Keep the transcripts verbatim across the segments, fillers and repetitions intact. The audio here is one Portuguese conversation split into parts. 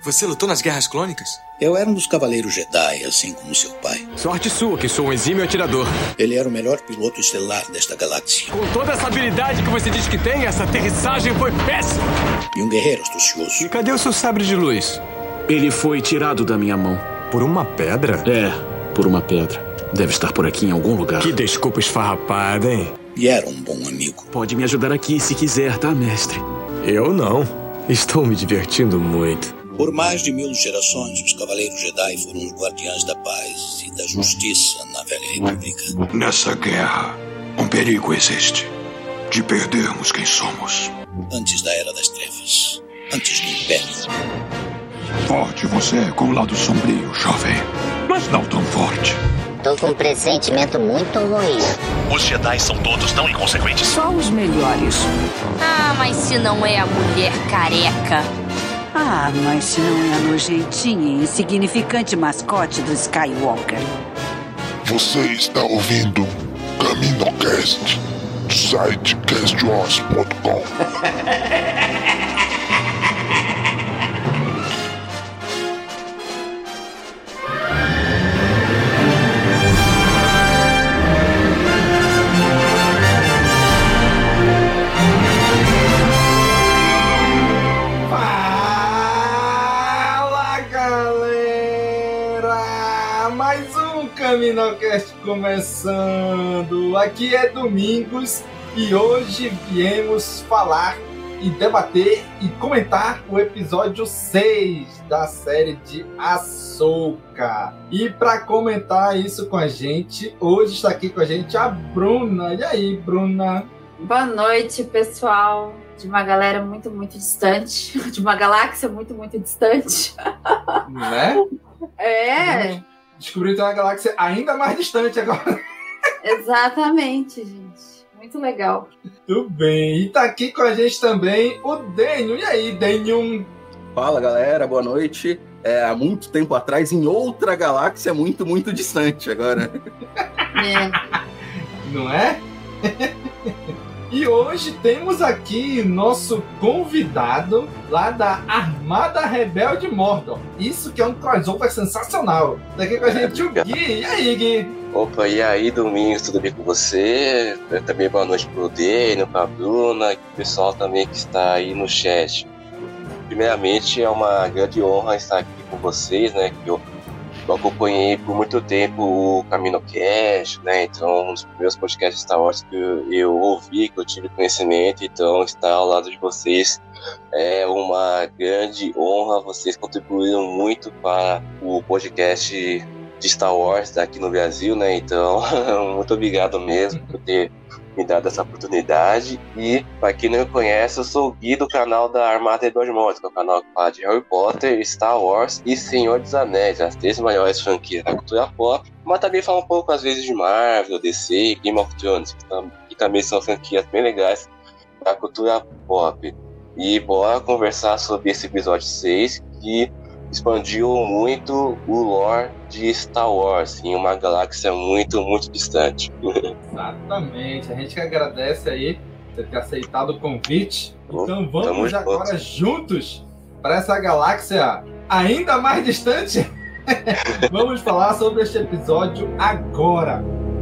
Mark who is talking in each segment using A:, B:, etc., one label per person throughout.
A: Você lutou nas guerras clônicas?
B: Eu era um dos Cavaleiros Jedi, assim como seu pai.
A: Sorte sua, que sou um exímio atirador.
B: Ele era o melhor piloto estelar desta galáxia.
A: Com toda essa habilidade que você diz que tem, essa aterrissagem foi péssima.
B: E um guerreiro astucioso.
A: E cadê o seu sabre de luz?
C: Ele foi tirado da minha mão.
A: Por uma pedra?
C: É, por uma pedra. Deve estar por aqui em algum lugar.
A: Que desculpa esfarrapada, hein?
B: E era um bom amigo.
C: Pode me ajudar aqui se quiser, tá, mestre?
A: Eu não. Estou me divertindo muito.
B: Por mais de mil gerações, os Cavaleiros Jedi foram os guardiães da paz e da justiça na Velha República.
D: Nessa guerra, um perigo existe. De perdermos quem somos.
B: Antes da Era das Trevas. Antes do Império.
D: Forte você é com o lado sombrio, jovem. Mas não tão forte.
E: Tô com um pressentimento muito ruim.
F: Os Jedi são todos tão inconsequentes.
G: Só os melhores.
H: Ah, mas se não é a mulher careca...
G: Ah, mas se não é a nojentinha e insignificante mascote do Skywalker.
I: Você está ouvindo CaminoCast do site cast wars ponto com.
J: CaminoCast começando. Aqui é Domingos e hoje viemos falar e debater e comentar o episódio seis da série de Ahsoka. E para comentar isso com a gente, hoje está aqui com a gente a Bruna. E aí, Bruna?
K: Boa noite, pessoal. De uma galera muito, muito distante. De uma galáxia muito, muito distante.
J: Né?
K: É.
J: Descobriu que tem uma galáxia ainda mais distante agora.
K: Exatamente, gente. Muito legal.
J: Tudo bem. E tá aqui com a gente também o Daniel. E aí, Daniel?
L: Fala, galera. Boa noite. É, há muito tempo atrás, em outra galáxia muito, muito distante agora.
K: É.
J: Não é? E hoje temos aqui nosso convidado lá da Armada Rebelde Mordor. Isso que é um crossover sensacional. Daqui com a gente o Gui. E aí, Gui?
M: Opa, e aí, Domingos, tudo bem com você? Também boa noite pro Daniel, pra Bruna e pro pessoal também que está aí no chat. Primeiramente, é uma grande honra estar aqui com vocês, né? Que eu Eu acompanhei por muito tempo o CaminoCast, né? Então, um dos primeiros podcasts Star Wars que eu, eu ouvi, que eu tive conhecimento. Então, estar ao lado de vocês é uma grande honra. Vocês contribuíram muito para o podcast de Star Wars aqui no Brasil, né? Então, muito obrigado mesmo por ter me dado essa oportunidade. E, para quem não me conhece, eu sou o Gui do canal da Armada Rebelde Mordor, que é o canal que fala de Harry Potter, Star Wars e Senhor dos Anéis, as três maiores franquias da cultura pop, mas também fala um pouco às vezes de Marvel, D C e Game of Thrones, que, tam- que também são franquias bem legais da cultura pop. E bora conversar sobre esse episódio seis, que expandiu muito o lore de Star Wars em uma galáxia muito, muito distante.
J: Exatamente. A gente que agradece aí você ter aceitado o convite. Então
M: Tamo
J: vamos
M: junto.
J: agora juntos para essa galáxia ainda mais distante. Vamos falar sobre este episódio agora.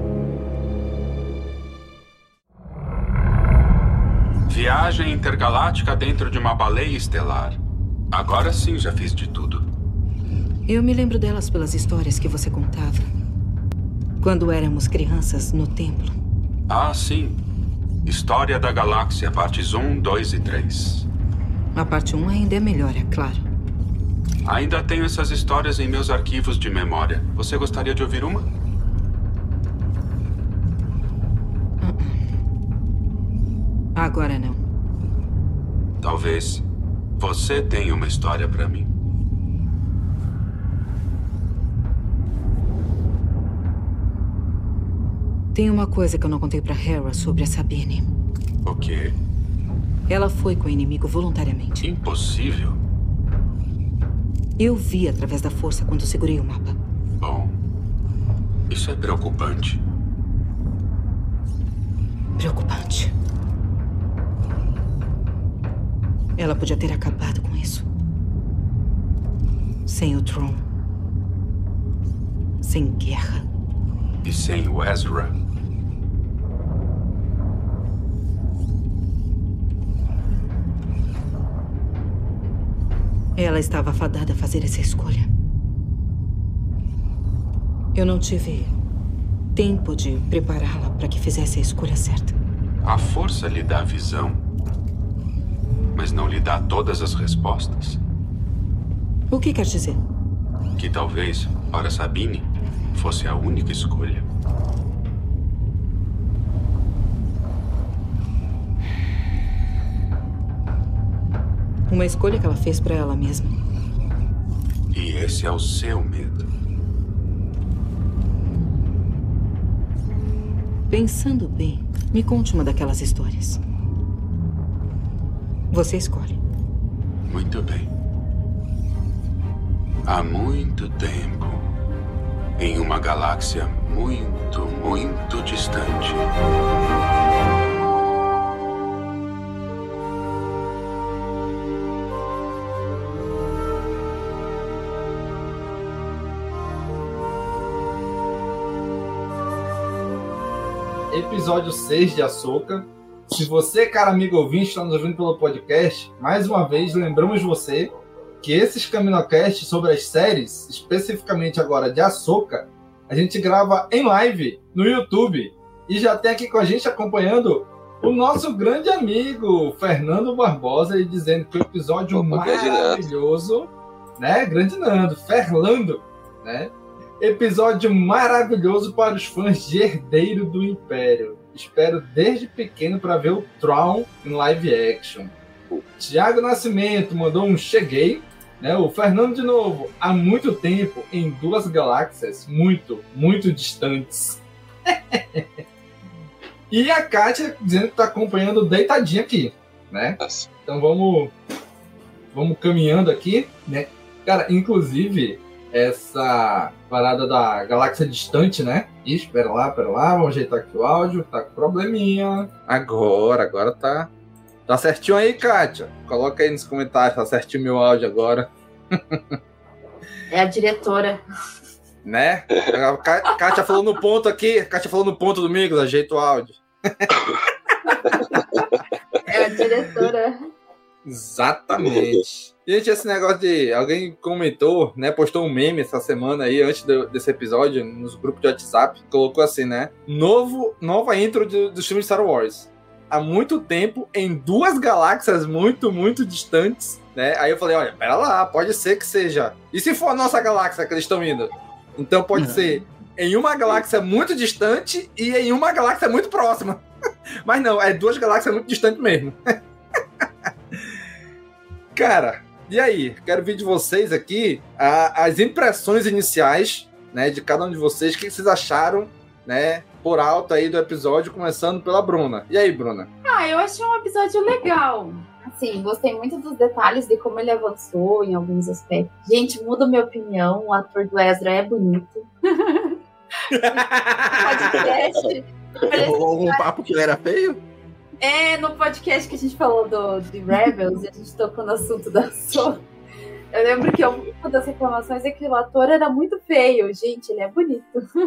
N: Viagem intergaláctica dentro de uma baleia estelar. Agora sim já fiz de tudo.
G: Eu me lembro delas pelas histórias que você contava. Quando éramos crianças no templo.
N: Ah, sim. História da Galáxia, partes um, dois e três.
G: A parte um ainda é melhor, é claro.
N: Ainda tenho essas histórias em meus arquivos de memória. Você gostaria de ouvir uma?
G: Agora não.
N: Talvez você tenha uma história pra mim.
G: Tem uma coisa que eu não contei pra Hera sobre a Sabine.
N: O quê?
G: Ela foi com o inimigo voluntariamente.
N: Impossível.
G: Eu vi através da força quando segurei o mapa.
N: Bom, isso é preocupante.
G: Preocupante. Ela podia ter acabado com isso. Sem o Tron. Sem guerra.
N: E sem o Ezra.
G: Ela estava fadada a fazer essa escolha. Eu não tive tempo de prepará-la para que fizesse a escolha certa.
N: A força lhe dá visão, mas não lhe dá todas as respostas.
G: O que quer dizer?
N: Que talvez, para Sabine, fosse a única escolha.
G: Uma escolha que ela fez para ela mesma.
N: E esse é o seu medo.
G: Pensando bem, me conte uma daquelas histórias. Você escolhe.
N: Muito bem. Há muito tempo, em uma galáxia muito, muito distante.
J: Episódio seis de Ahsoka. Se você, cara amigo ouvinte, está nos ouvindo pelo podcast, mais uma vez lembramos você que esses Caminocasts sobre as séries, especificamente agora de Ahsoka, a gente grava em live no YouTube. E já tem aqui com a gente acompanhando o nosso grande amigo Fernando Barbosa, e dizendo que o episódio Opa, maravilhoso, né? Grande Nando, Fernando, né? Episódio maravilhoso para os fãs de Herdeiro do Império. Espero desde pequeno para ver o Thrawn em live action. O Tiago Nascimento mandou um cheguei. Né? O Fernando de novo. Há muito tempo em duas galáxias muito, muito distantes. E a Kátia dizendo que está acompanhando deitadinha aqui. Né? Então vamos, vamos caminhando aqui. Né? Cara, inclusive... essa parada da galáxia distante, né? Ih, espera lá, espera lá, vamos ajeitar aqui o áudio, tá com probleminha. Agora, agora tá... Tá certinho aí, Kátia? Coloca aí nos comentários, tá certinho meu áudio agora.
K: É a diretora.
J: Né? A Kátia falou no ponto aqui, a Kátia falou no ponto do Migos, ajeita o áudio.
K: É a diretora.
J: Exatamente. Gente, esse negócio de... Alguém comentou, né? Postou um meme essa semana aí, antes do, desse episódio, nos grupos de WhatsApp. Colocou assim, né? Novo, nova intro do, do filme de Star Wars. Há muito tempo, em duas galáxias muito, muito distantes, né? Aí eu falei, olha, pera lá, pode ser que seja. E se for a nossa galáxia que eles estão indo? Então pode uhum. ser em uma galáxia muito distante e em uma galáxia muito próxima. Mas não, é duas galáxias muito distantes mesmo. Cara, e aí? Quero ver de vocês aqui a, as impressões iniciais, né, de cada um de vocês. O que vocês acharam, né, por alto aí do episódio, começando pela Bruna. E aí, Bruna?
K: Ah, eu achei um episódio legal. Assim, gostei muito dos detalhes de como ele avançou em alguns aspectos. Gente, muda minha opinião. O ator do Ezra é bonito. Podcast.
L: Rolou algum papo que ele era feio?
K: É, no podcast que a gente falou do, de Rebels, e a gente tocou no assunto da Ahsoka. Eu lembro que uma das reclamações é que o ator era muito feio. Gente, ele é bonito.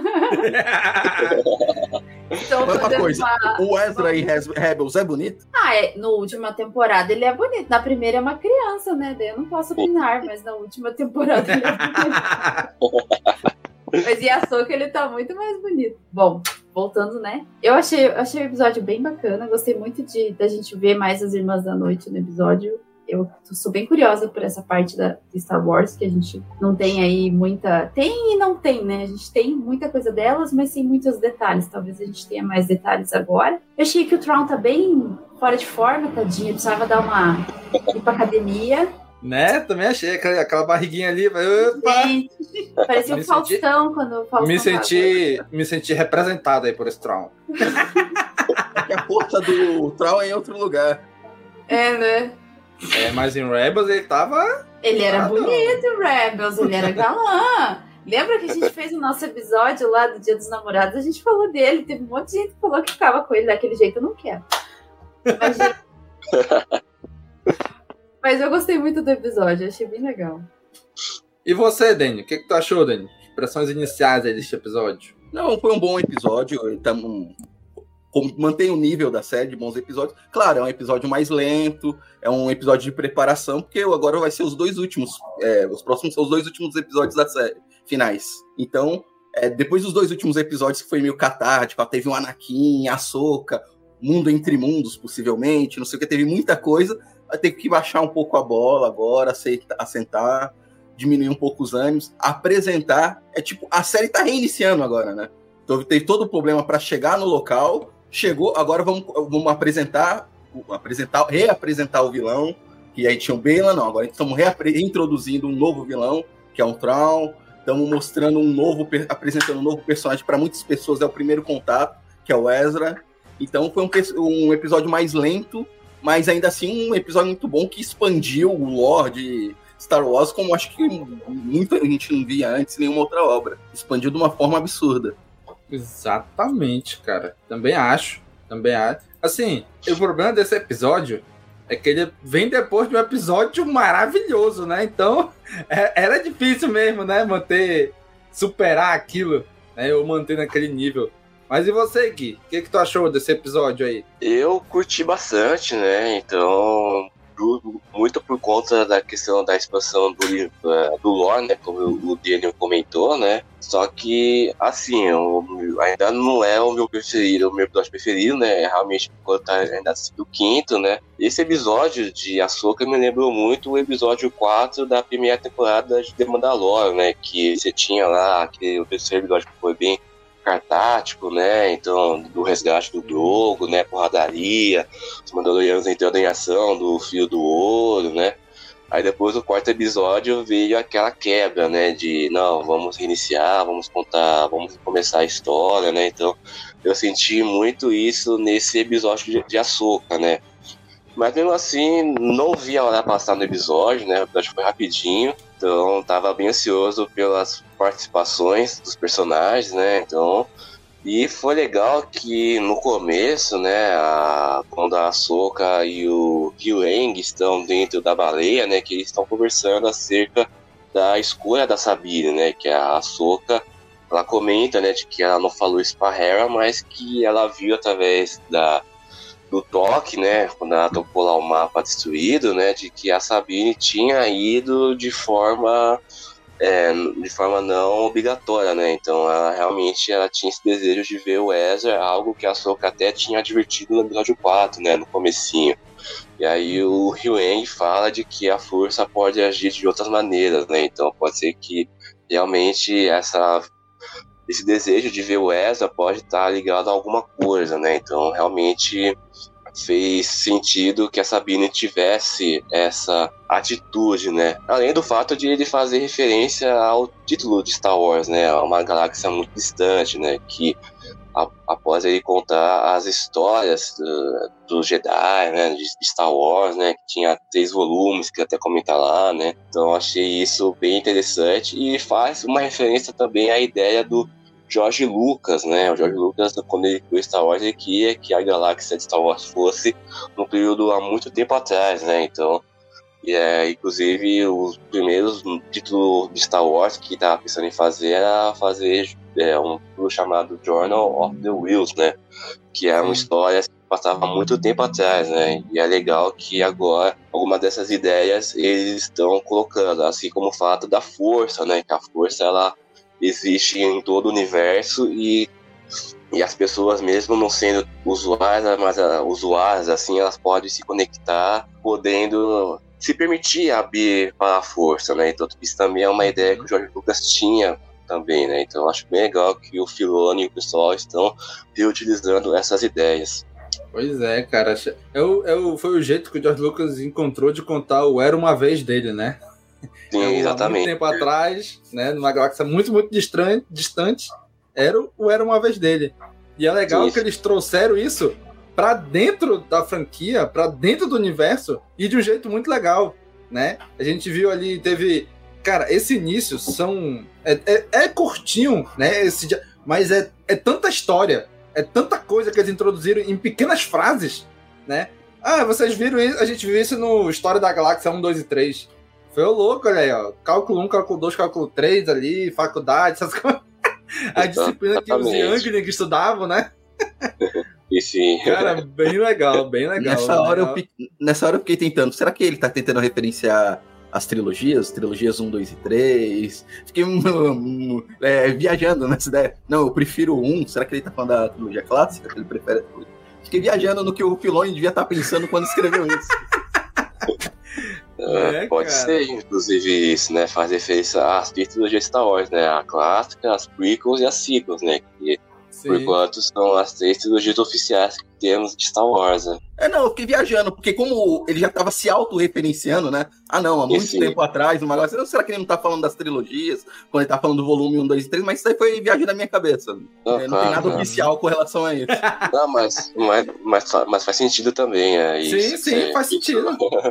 K: Então,
L: mas uma coisa, uma... o Ezra em Rebels é bonito?
K: Ah, é, na última temporada ele é bonito. Na primeira é uma criança, né? Daí eu não posso opinar, mas na última temporada ele é bonito. Mas em Ahsoka ele tá muito mais bonito. Bom, voltando, né? Eu achei, achei o episódio bem bacana. Gostei muito de da gente ver mais as Irmãs da Noite no episódio. Eu sou bem curiosa por essa parte da de Star Wars, que a gente não tem aí muita... Tem e não tem, né? A gente tem muita coisa delas, mas sem muitos detalhes. Talvez a gente tenha mais detalhes agora. Eu achei que o Thrawn tá bem fora de forma, tadinho. Precisava dar uma... ir pra academia.
J: Né? Também achei aquela, aquela barriguinha ali. Opa!
K: Gente, parecia o um Faustão senti, quando o Faustão
J: me senti, me senti representado aí por esse Thrawn.
L: A força do Thrawn é em outro lugar.
K: É, né?
J: É, mas em Rebels ele tava...
K: Ele era ah, bonito em Rebels, ele era galã. Lembra que a gente fez o nosso episódio lá do Dia dos Namorados? A gente falou dele, teve um monte de gente que falou que ficava com ele daquele jeito. Eu não quero. Mas, gente... Mas eu gostei muito do episódio, achei bem legal.
J: E você, Dani? O que, que tu achou, Dani? Impressões iniciais aí deste episódio?
L: Não, foi um bom episódio. Então, mantém o nível da série de bons episódios. Claro, é um episódio mais lento, é um episódio de preparação, porque agora vai ser os dois últimos, é, os próximos são os dois últimos episódios da série, finais. Então, é, depois dos dois últimos episódios que foi meio catártico, teve um Anakin, Ahsoka, Mundo Entre Mundos, possivelmente, não sei o que, teve muita coisa, vai ter que baixar um pouco a bola agora, assentar, diminuir um pouco os ânimos, apresentar, é tipo, a série tá reiniciando agora, né? Então teve todo o problema para chegar no local, chegou, agora vamos, vamos apresentar, apresentar, reapresentar o vilão, que aí tinha o Baylan, não, agora estamos reintroduzindo um novo vilão, que é um Thrawn, estamos mostrando um novo, apresentando um novo personagem para muitas pessoas, é o primeiro contato, que é o Ezra. Então foi um, um episódio mais lento, mas ainda assim um episódio muito bom que expandiu o lore de Star Wars, como acho que muita gente não via antes em nenhuma outra obra. Expandiu de uma forma absurda.
J: Exatamente, cara. Também acho. Também acho. Assim, o problema desse episódio é que ele vem depois de um episódio maravilhoso, né? Então, é, era difícil mesmo, né? Manter, superar aquilo, né? Ou manter naquele nível. Mas e você, Gui? O que, que tu achou desse episódio aí?
M: Eu curti bastante, né? Então, muito por conta da questão da expansão do, do lore, né? Como o Daniel comentou, né? Só que, assim, eu, ainda não é o meu preferido, o meu episódio preferido, né? É realmente por conta ainda do quinto, né? Esse episódio de Ahsoka me lembrou muito o episódio quatro da primeira temporada de The Mandalorian, né? Que você tinha lá, aquele, o terceiro episódio que foi bem cartático, né? Então, do resgate do Grogu, né? Porradaria, os Mandalorianos entrando em ação do Fio do Ouro, né? Aí depois do quarto episódio veio aquela quebra, né? De, não, vamos reiniciar, vamos contar, vamos começar a história, né? Então, eu senti muito isso nesse episódio de, de Ahsoka, né? Mas mesmo assim, não vi a hora passar no episódio, né? O episódio foi rapidinho, então tava bem ansioso pelas participações dos personagens, né? Então, e foi legal que no começo, né, a, quando a Ahsoka e o Huyang estão dentro da baleia, né, que eles estão conversando acerca da escolha da Sabine, né, que a Ahsoka, ela comenta, né, de que ela não falou isso pra Hera, mas que ela viu através da do toque, né, quando ela tocou lá o mapa destruído, né, de que a Sabine tinha ido de forma é, de forma não obrigatória, né, então ela realmente ela tinha esse desejo de ver o Ezra, algo que a Ahsoka até tinha advertido no episódio quatro, né, no comecinho. E aí o Huyang fala de que a força pode agir de outras maneiras, né, então pode ser que realmente essa esse desejo de ver o Ezra pode estar ligado a alguma coisa, né? Então, realmente fez sentido que a Sabine tivesse essa atitude, né? Além do fato de ele fazer referência ao título de Star Wars, né? Uma galáxia muito distante, né? Que a, após ele contar as histórias do, do Jedi, né? De, de Star Wars, né? Que tinha três volumes, que até comentar lá, né? Então, achei isso bem interessante e faz uma referência também à ideia do George Lucas, né? O George Lucas, quando ele criou Star Wars, ele queria que a galáxia de Star Wars fosse num período há muito tempo atrás, né? Então, e é, inclusive, os primeiros títulos de Star Wars que estava pensando em fazer era fazer é, um livro chamado Journal of the Whills, né? Que eram histórias que passavam muito tempo atrás, né? E é legal que agora algumas dessas ideias eles estão colocando, assim como o fato da força, né? Que a força, ela existe em todo o universo e, e as pessoas, mesmo não sendo usuárias, mas uh, usuárias, assim, elas podem se conectar, podendo se permitir abrir para a força, né? Então isso também é uma ideia que o George Lucas tinha também, né? Então eu acho bem legal que o Filoni e o pessoal estão reutilizando essas ideias.
J: Pois é, cara. Eu, eu, foi o jeito que o George Lucas encontrou de contar o Era Uma Vez dele, né?
M: Sim,
J: é,
M: exatamente.
J: Há muito tempo atrás, né, numa galáxia muito, muito distante, distante era o Era Uma Vez dele. E é legal Sim. que eles trouxeram isso pra dentro da franquia, pra dentro do universo, e de um jeito muito legal, né? A gente viu ali, teve... Cara, esse início são... É, é, é curtinho, né? Esse, mas é, é tanta história, é tanta coisa que eles introduziram em pequenas frases, né? Ah, vocês viram isso? A gente viu isso no História da Galáxia um, dois e três. Foi o louco, olha aí, ó. Cálculo um, cálculo dois, cálculo três ali, faculdade, essas coisas. A disciplina que os Youngling estudavam, né?
M: E sim.
J: Cara, bem legal, bem legal.
L: Nessa hora,
J: legal.
L: Eu, nessa hora eu fiquei tentando. Será que ele tá tentando referenciar as trilogias? Trilogias um, dois e três? Fiquei um, um, é, viajando nessa ideia. Não, eu prefiro um. Será que ele tá falando da trilogia clássica? Que ele prefere? Fiquei viajando no que o Filoni devia estar pensando quando escreveu isso.
M: É, pode cara. ser, inclusive, isso, né? Faz referência às trilogias de Star Wars, né? A clássica, as prequels e as sequels, né? Que, Sim. por enquanto, são as três trilogias oficiais que temos de Star Wars, né?
L: É, não, eu fiquei viajando, porque como ele já estava se autorreferenciando, né? Ah, não, há muito Sim. tempo atrás, uma coisa, será que ele não tá falando das trilogias, quando ele tá falando do volume um, dois e três, mas isso aí foi viagem da minha cabeça. Não, é, não claro, tem nada não. oficial com relação a isso.
M: Não, mas, mas, mas, mas faz sentido também, é isso.
J: Sim, sim, é, faz sentido.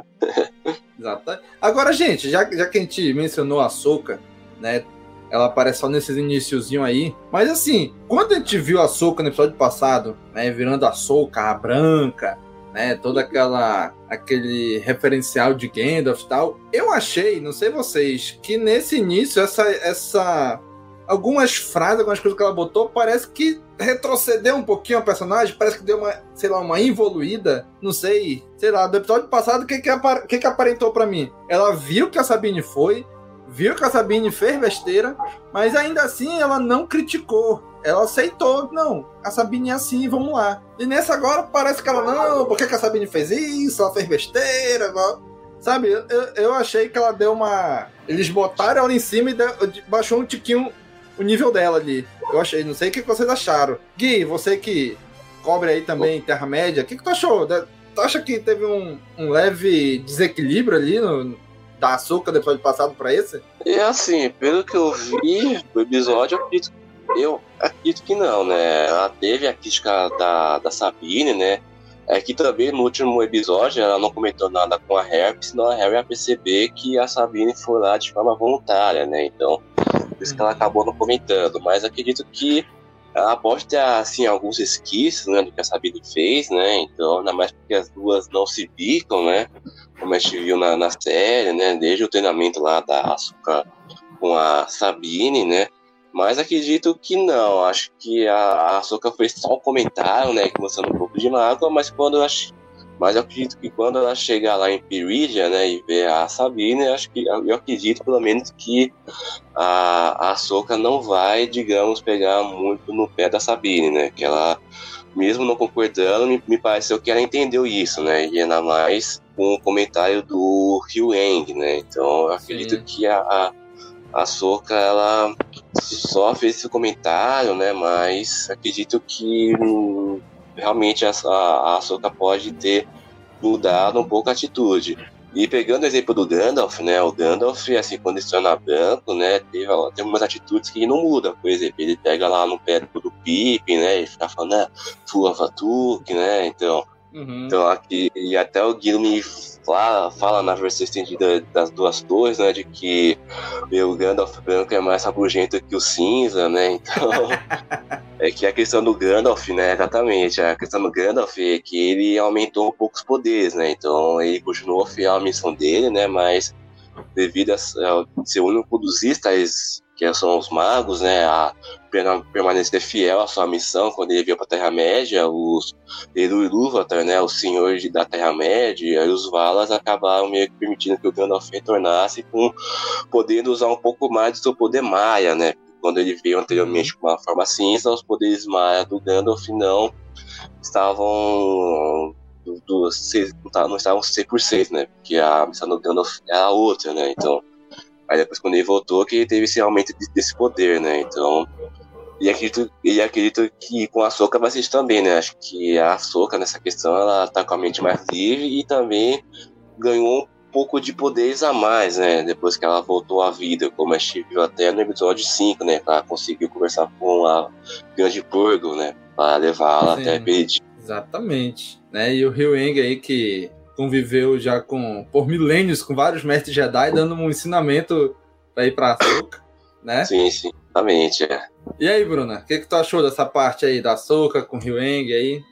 J: Exato. Agora, gente, já, já que a gente mencionou a Ahsoka, né? Ela aparece só nesses iniciozinhos aí. Mas assim, quando a gente viu a Ahsoka no episódio passado, né, virando a Ahsoka, a branca, né, toda aquela aquele referencial de Gandalf e tal, eu achei, não sei vocês, que nesse início essa essa algumas frases, algumas coisas que ela botou, parece que retrocedeu um pouquinho a personagem, parece que deu uma, sei lá, uma evoluída, não sei, sei lá, do episódio passado, o que que, apar- que que aparentou pra mim? Ela viu que a Sabine foi, viu que a Sabine fez besteira, mas ainda assim ela não criticou. Ela aceitou, não, a Sabine é assim, vamos lá. E nessa agora parece que ela, não, por que, que a Sabine fez isso? Ela fez besteira, ela... sabe? Eu, eu achei que ela deu uma... Eles botaram ela em cima e deu... baixou um tiquinho o nível dela ali. Eu achei, não sei o que vocês acharam. Gui, você que cobre aí também Terra-média, o que, que tu achou? Tu acha que teve um, um leve desequilíbrio ali no... da Ahsoka do episódio passado pra esse?
M: E assim, pelo que eu vi do episódio, eu acredito, eu acredito que não, né? Ela teve a crítica da, da Sabine, né? É que também no último episódio ela não comentou nada com a Harry, senão a Harry ia perceber que a Sabine foi lá de forma voluntária, né? Então, por isso que ela acabou não comentando. Mas acredito que ela pode ter, assim, alguns resquícios, né, do que a Sabine fez, né? Então, ainda mais porque as duas não se bicam, né? Como a gente viu na, na série, né? Desde o treinamento lá da Ahsoka com a Sabine, né? Mas acredito que não. Acho que a, a Ahsoka fez só um comentário, né? Que mostrando um pouco de mágoa, mas quando eu acho... Mas eu acredito que quando ela chegar lá em Peridea, né, e ver a Sabine, acho que, eu acredito pelo menos que a, a Ahsoka não vai, digamos, pegar muito no pé da Sabine, né? Que ela, mesmo não concordando, me, me pareceu que ela entendeu isso, né? E ainda mais com o comentário do Huyang, né? Então eu acredito Sim. que a, a, a Ahsoka, ela só fez esse comentário, né? Mas acredito que hum, realmente a, a Ahsoka pode ter mudado um pouco a atitude. E pegando o exemplo do Gandalf, né? O Gandalf, assim, quando ele se torna branco, né? Teve, teve umas atitudes que ele não muda. Por exemplo, ele pega lá no pé do Pippin, né? E fica falando, né? Tua Vatuk, né? Então, uhum. então aqui, e até o Guilherme fala, fala na versão estendida das duas torres, né? De que o Gandalf branco é mais rabugento que o cinza, né? Então... É que a questão do Gandalf, né, exatamente, a questão do Gandalf é que ele aumentou um pouco os poderes, né, então ele continuou fiel à missão dele, né, mas devido a ser o único dos Istars, que são os magos, né, a permanecer fiel à sua missão quando ele veio para a Terra-média, os Eru Ilúvatar, né, os senhores da Terra-média e os Valas acabaram meio que permitindo que o Gandalf retornasse com podendo usar um pouco mais do seu poder Maia, né. Quando ele veio anteriormente com uma forma cinza, os poderes Maia do Gandalf não estavam do, do, não estavam cem por cento, né? Porque a missão do Gandalf era outra, né? Então, aí depois quando ele voltou, que ele teve esse aumento desse poder, né? Então, e acredito, e acredito que com a Ahsoka vai ser isso também, né? Acho que a Ahsoka nessa questão, ela tá com a mente mais livre e também ganhou um pouco de poderes a mais, né, depois que ela voltou à vida, como a gente viu até no episódio cinco, né, que ela conseguiu conversar com a Grande Purgo, né, para levá-la Sim, até Peridea.
J: Exatamente, né, e o Huyang aí que conviveu já com, por milênios com vários mestres Jedi, dando um ensinamento para ir para Ahsoka, né?
M: Sim, sim, exatamente, é.
J: E aí, Bruna, o que que tu achou dessa parte aí da Ahsoka com o Huyang aí?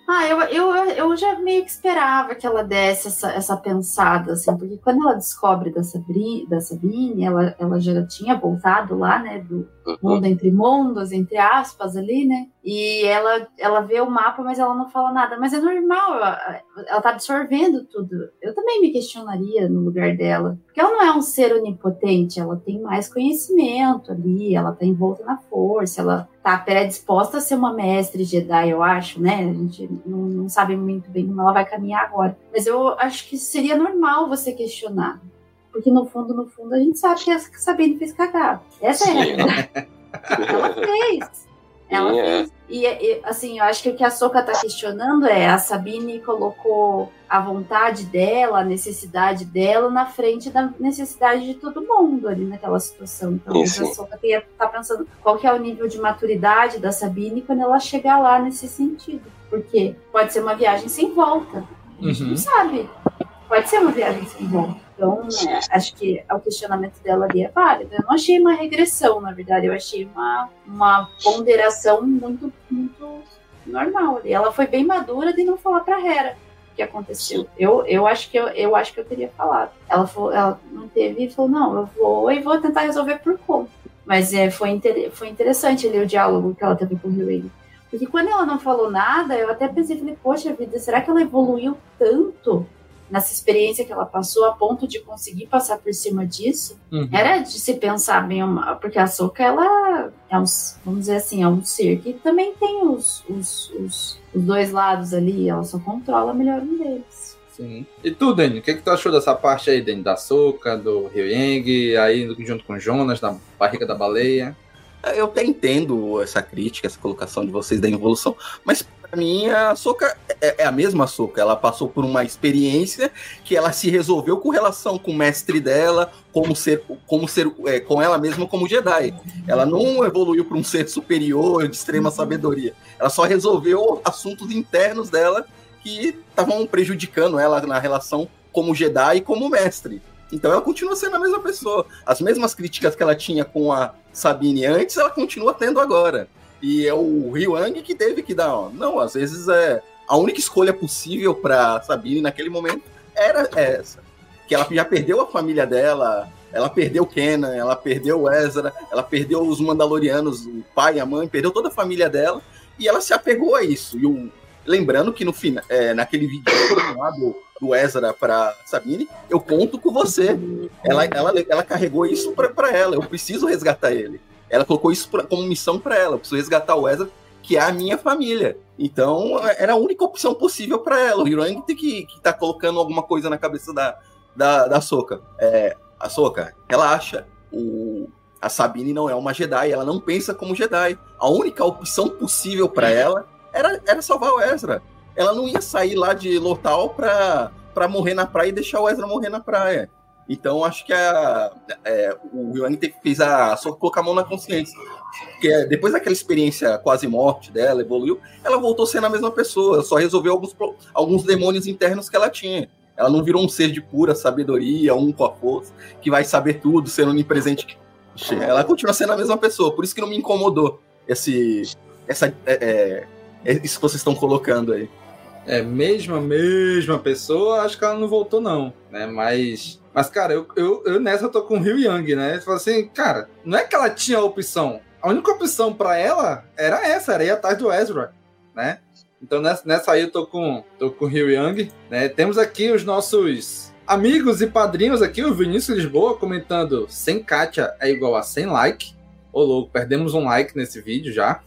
K: Ah, eu, eu, eu já meio que esperava que ela desse essa, essa pensada, assim, porque quando ela descobre da Sabine, da Sabine ela, ela já tinha voltado lá, né, do mundo entre mundos, entre aspas, ali, né, e ela, ela vê o mapa, mas ela não fala nada, mas é normal, ela, ela tá absorvendo tudo. Eu também me questionaria no lugar dela, porque ela não é um ser onipotente, ela tem mais conhecimento ali, ela tá envolta na força, ela tá predisposta a ser uma mestre Jedi, eu acho, né, a gente não, não sabe muito bem como ela vai caminhar agora, mas eu acho que seria normal você questionar, porque no fundo, no fundo, a gente sabe que a Sabine fez cagada. Essa é a realidade. Ela fez. Ela
M: Sim,
K: fez.
M: É.
K: E, e, assim, eu acho que o que a Ahsoka tá questionando é a Sabine colocou a vontade dela, a necessidade dela na frente da necessidade de todo mundo ali naquela situação. Então,
M: Sim,
K: a Ahsoka tem, tá pensando qual que é o nível de maturidade da Sabine quando ela chegar lá nesse sentido. Porque pode ser uma viagem sem volta. A gente
J: Uhum.
K: não sabe. Pode ser uma viagem sem volta. Então, né, acho que o questionamento dela ali é válido. Eu não achei uma regressão, na verdade. Eu achei uma, uma ponderação muito, muito normal ali. Ela foi bem madura de não falar pra Hera o que aconteceu. Eu, eu, acho que eu, eu acho que eu teria falado. Ela, falou, ela não teve e falou, não, eu vou e vou tentar resolver por conta. Mas é, foi, inter, foi interessante ali o diálogo que ela teve com o Rio. Porque quando ela não falou nada, eu até pensei, falei, poxa vida, será que ela evoluiu tanto nessa experiência que ela passou a ponto de conseguir passar por cima disso?
J: Uhum.
K: Era de se pensar bem, porque a Ahsoka, ela é um, vamos dizer assim, é um ser que também tem os, os, os, os dois lados ali, ela só controla melhor um deles.
J: Sim. E tu, Dani, o que, que tu achou dessa parte aí, Dani, da Ahsoka, do Ryueng, aí junto com o Jonas, na barriga da baleia?
L: Eu até entendo essa crítica, essa colocação de vocês da evolução, mas pra mim a Ahsoka é, é a mesma Ahsoka. Ela passou por uma experiência que ela se resolveu com relação com o mestre dela, como ser, como ser é, com ela mesma como Jedi. Ela não evoluiu para um ser superior de extrema sabedoria. Ela só resolveu assuntos internos dela que estavam prejudicando ela na relação como Jedi e como mestre. Então ela continua sendo a mesma pessoa. As mesmas críticas que ela tinha com a Sabine antes, ela continua tendo agora. E é o Ryueng que teve que dar, ó, não, às vezes é a única escolha possível para Sabine naquele momento era essa, que ela já perdeu a família dela, ela perdeu Kenan, ela perdeu o Ezra, ela perdeu os Mandalorianos, o pai, a mãe, perdeu toda a família dela, e ela se apegou a isso. E o, lembrando que no final, é, naquele vídeo lá do, do Ezra para Sabine, eu conto com você. Ela, ela, ela carregou isso para ela, eu preciso resgatar ele. Ela colocou isso pra, como missão para ela. Eu preciso resgatar o Ezra, que é a minha família. Então, era a única opção possível para ela. O Ryueng tem que estar tá colocando alguma coisa na cabeça da, da, da Ahsoka. É, Ahsoka, relaxa. O, a Sabine não é uma Jedi. Ela não pensa como Jedi. A única opção possível para ela era, era salvar o Ezra. Ela não ia sair lá de Lothal para morrer na praia e deixar o Ezra morrer na praia. Então, acho que a, é, o Ryueng fez a Ahsoka colocar a mão na consciência. Porque depois daquela experiência quase morte dela, evoluiu, ela voltou sendo a mesma pessoa, só resolveu alguns, alguns demônios internos que ela tinha. Ela não virou um ser de pura sabedoria, um com a força, que vai saber tudo, sendo onipresente. Ela continua sendo a mesma pessoa, por isso que não me incomodou esse, essa, é, é, isso que vocês estão colocando aí.
J: É, mesmo a mesma pessoa, acho que ela não voltou não, né, mas... Mas, cara, eu, eu, eu nessa tô com o Ryueng, né? Você fala assim, cara, não é que ela tinha a opção. A única opção pra ela era essa, era ir atrás do Ezra, né? Então nessa, nessa aí eu tô com, tô com o Ryueng, né? Temos aqui os nossos amigos e padrinhos aqui, o Vinícius Lisboa comentando sem Kátia é igual a sem like. Ô louco, perdemos um like nesse vídeo já.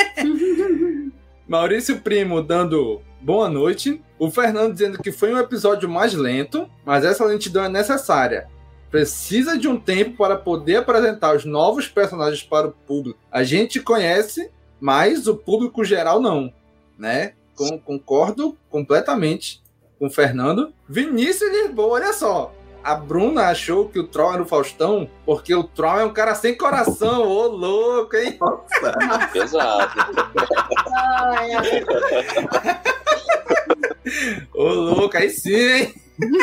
J: Maurício Primo dando boa noite. O Fernando dizendo que foi um episódio mais lento, mas essa lentidão é necessária. Precisa de um tempo para poder apresentar os novos personagens para o público. A gente conhece, mas o público geral não, né? Com, concordo completamente com o Fernando. Vinícius Lisboa, olha só. A Bruna achou que o Troll era o Faustão, porque o Troll é um cara sem coração. Ô, louco, hein?
M: Nossa. Pesado.
J: Ô, louco, aí sim, hein?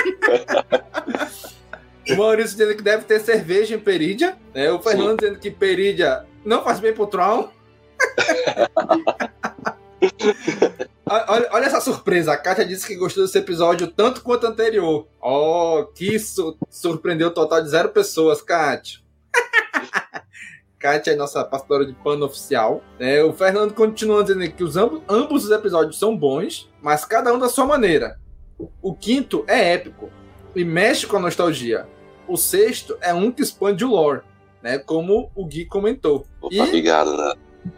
J: O Maurício dizendo que deve ter cerveja em Perídia, né? O Fernando sim. Dizendo que Perídia não faz bem pro Troll. Olha, olha essa surpresa. A Kátia disse que gostou desse episódio tanto quanto o anterior. Oh, que su- surpreendeu o total de zero pessoas, Kátia. Kátia é nossa pastora de pano oficial. É, o Fernando continua dizendo que os ambos, ambos os episódios são bons, mas cada um da sua maneira. O quinto é épico e mexe com a nostalgia. O sexto é um que expande o lore, né? Como o Gui comentou.
M: Opa,
J: e,
M: obrigado, né?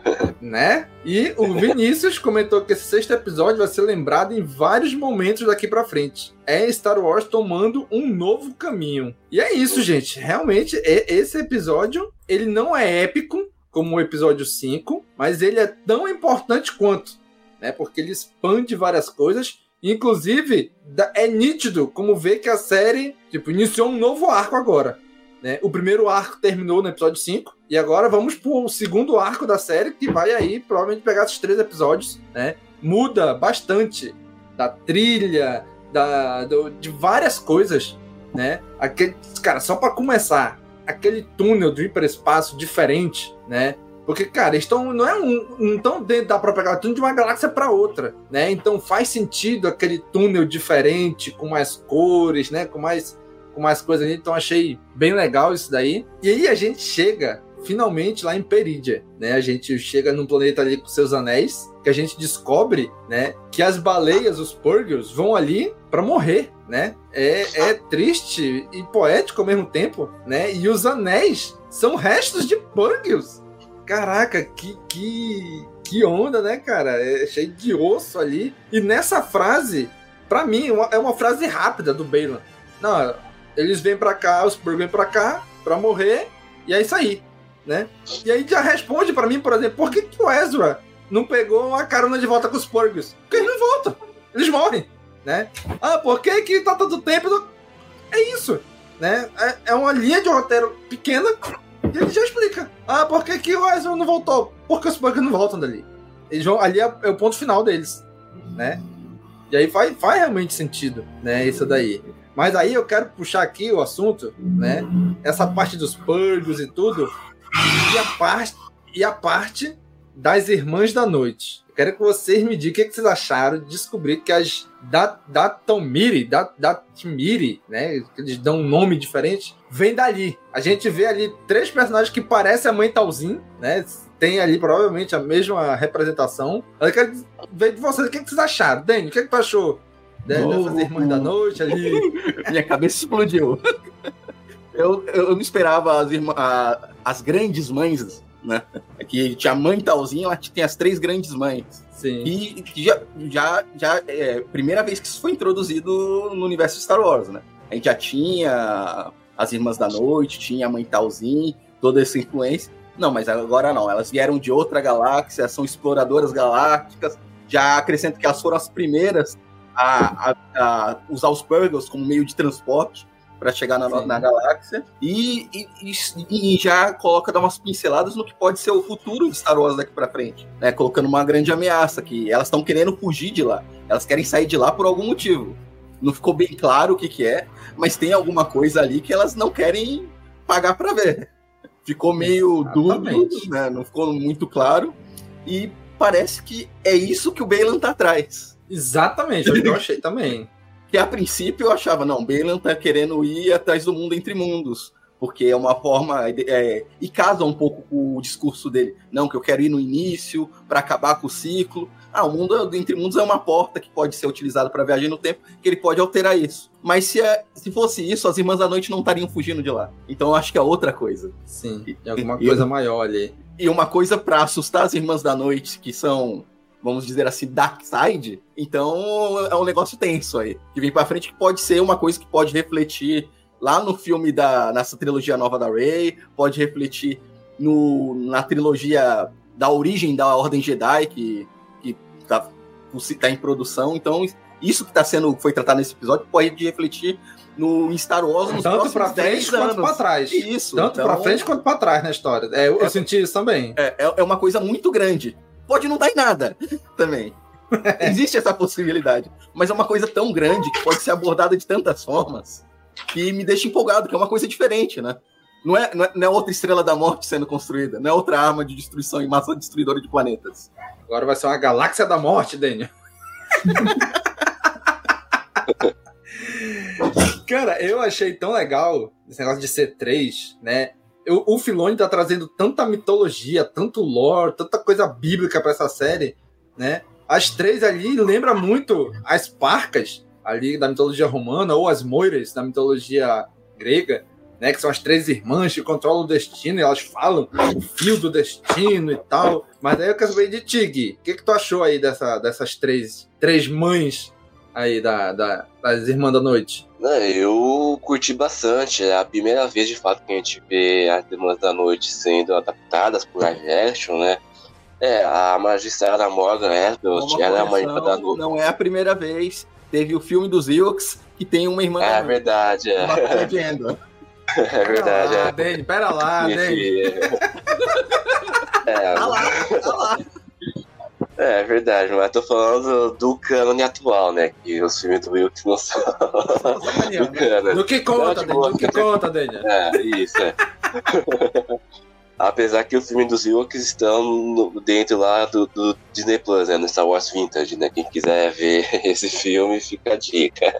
J: né? E o Vinícius comentou que esse sexto episódio vai ser lembrado em vários momentos daqui pra frente. É Star Wars tomando um novo caminho. E é isso, gente. Realmente, esse episódio, ele não é épico como o episódio cinco, mas ele é tão importante quanto, né? Porque ele expande várias coisas. Inclusive, é nítido como ver que a série tipo, iniciou um novo arco agora. Né? O primeiro arco terminou no episódio cinco, e agora vamos pro segundo arco da série, que vai aí provavelmente pegar esses três episódios. Né? Muda bastante da trilha, da, do, de várias coisas. Né? Aquele, cara, só para começar, aquele túnel do hiperespaço diferente, né? Porque, cara, eles estão, não é um, não estão dentro da própria galáxia, de uma galáxia para outra, né? Então faz sentido aquele túnel diferente, com mais cores, né? Com mais, com mais coisas ali. Então achei bem legal isso daí. E aí a gente chega, finalmente, lá em Perídia, né? A gente chega num planeta ali com seus anéis, que a gente descobre, né? Que as baleias, os Purgils, vão ali para morrer, né? É, é triste e poético ao mesmo tempo, né? E os anéis são restos de Purgils. Caraca, que, que, que onda, né, cara? É cheio de osso ali. E nessa frase, pra mim, é uma frase rápida do Baylan. Não, eles vêm pra cá, os Purgils vêm pra cá pra morrer, e é isso aí, né? E aí já responde pra mim, por exemplo, por que, que o Ezra não pegou a carona de volta com os Purgils? Porque eles não voltam, eles morrem, né? Ah, por que que tá tanto tempo? Do... É isso, né? É, é uma linha de roteiro pequena. E ele já explica. Ah, por que, que o Ezra não voltou? Porque os Purgils não voltam dali. Eles vão, ali é, é o ponto final deles, né? E aí faz, faz realmente sentido, né? Isso daí. Mas aí eu quero puxar aqui o assunto, né? Essa parte dos Purgils e tudo. E a parte, e a parte das Irmãs da Noite. Eu quero que vocês me digam o que, que vocês acharam de descobrir que as Dathomiri, Dathomiri, né? Que eles dão um nome diferente, vem dali. A gente vê ali três personagens que parecem a mãe Talzin, né? Tem ali provavelmente a mesma representação. Eu quero ver de vocês o que, que vocês acharam. Dani, o que, que tu achou de, oh, dessas Irmãs oh. da Noite ali?
L: Minha cabeça explodiu. eu, eu não esperava as, irmã, a, as grandes mães, né? Aqui tinha a mãe Talzinha, ela tem as três grandes mães.
J: Sim.
L: E já, já, já é a primeira vez que isso foi introduzido no universo Star Wars, né? A gente já tinha as Irmãs da Noite, tinha a mãe Talzin, toda essa influência. Não, mas agora não, elas vieram de outra galáxia, são exploradoras galácticas. Já acrescento que elas foram as primeiras a, a, a usar os Purgils como meio de transporte para chegar na, na galáxia, e, e, e já coloca, dá umas pinceladas no que pode ser o futuro de Star Wars daqui para frente, né? Colocando uma grande ameaça, que elas estão querendo fugir de lá, elas querem sair de lá por algum motivo. Não ficou bem claro o que que é, mas tem alguma coisa ali que elas não querem pagar para ver. Ficou meio dúbio, né? Não ficou muito claro, e parece que é isso que o Baylan tá atrás.
J: Exatamente, eu achei também.
L: Que a princípio eu achava, não, Baylan tá querendo ir atrás do mundo entre mundos, porque é uma forma, é, e casa um pouco com o discurso dele, não, que eu quero ir no início, para acabar com o ciclo. Ah, o mundo do entre mundos é uma porta que pode ser utilizada para viajar no tempo, que ele pode alterar isso. Mas se, é, se fosse isso, as Irmãs da Noite não estariam fugindo de lá. Então eu acho que é outra coisa.
J: Sim, é alguma e, coisa e, maior ali.
L: E uma coisa para assustar as Irmãs da Noite, que são, vamos dizer assim, Dark Side, então é um negócio tenso aí, que vem pra frente, que pode ser uma coisa que pode refletir lá no filme, da, nessa trilogia nova da Rey, pode refletir no, na trilogia da origem da Ordem Jedi, que, que tá, tá em produção, então isso que tá sendo, foi tratado nesse episódio pode refletir no Star Wars nos
J: tanto pra frente quanto pra trás.
L: Isso,
J: tanto então, pra frente quanto pra trás na história. É, eu, é, eu senti isso também.
L: É, é uma coisa muito grande. Pode não dar em nada também. Existe essa possibilidade. Mas é uma coisa tão grande que pode ser abordada de tantas formas que me deixa empolgado, que é uma coisa diferente, né? Não é, não, é, não é outra Estrela da Morte sendo construída, não é outra arma de destruição em massa destruidora de planetas.
J: Agora vai ser uma Galáxia da Morte, Daniel. Cara, eu achei tão legal esse negócio de ser três, né? Eu, o Filoni tá trazendo tanta mitologia, tanto lore, tanta coisa bíblica pra essa série, né? As três ali lembram muito as Parcas ali da mitologia romana, ou as Moiras da mitologia grega, né? Que são as três irmãs que controlam o destino, e elas falam o fio do destino e tal. Mas aí eu quero saber de ti, Gui. O que, que tu achou aí dessa, dessas três, três mães aí da, da, das Irmãs da Noite?
M: Eu curti bastante. É a primeira vez, de fato, que a gente vê as Irmãs da Noite sendo adaptadas por live action, né? É, a Magistrada Morgan Esbelt, ela é uma Irmã da Noite.
L: Não é a primeira vez. Teve o filme dos Ewoks, que tem uma Irmã
M: é
L: da Noite.
M: Verdade, é. É verdade,
J: ah,
M: é.
J: Dani, pera lá, Dani.
M: É,
L: tá lá, tá lá.
M: É, é verdade, mas tô falando do cânone atual, né? Que os filmes do Wilkes não são do cânone.
J: Do que conta, Dani, do que conta, Dani.
M: É, isso, é. Apesar que o filme dos Ewoks estão no, dentro lá do, do Disney Plus, né? No Star Wars Vintage, né? Quem quiser ver esse filme, fica a dica.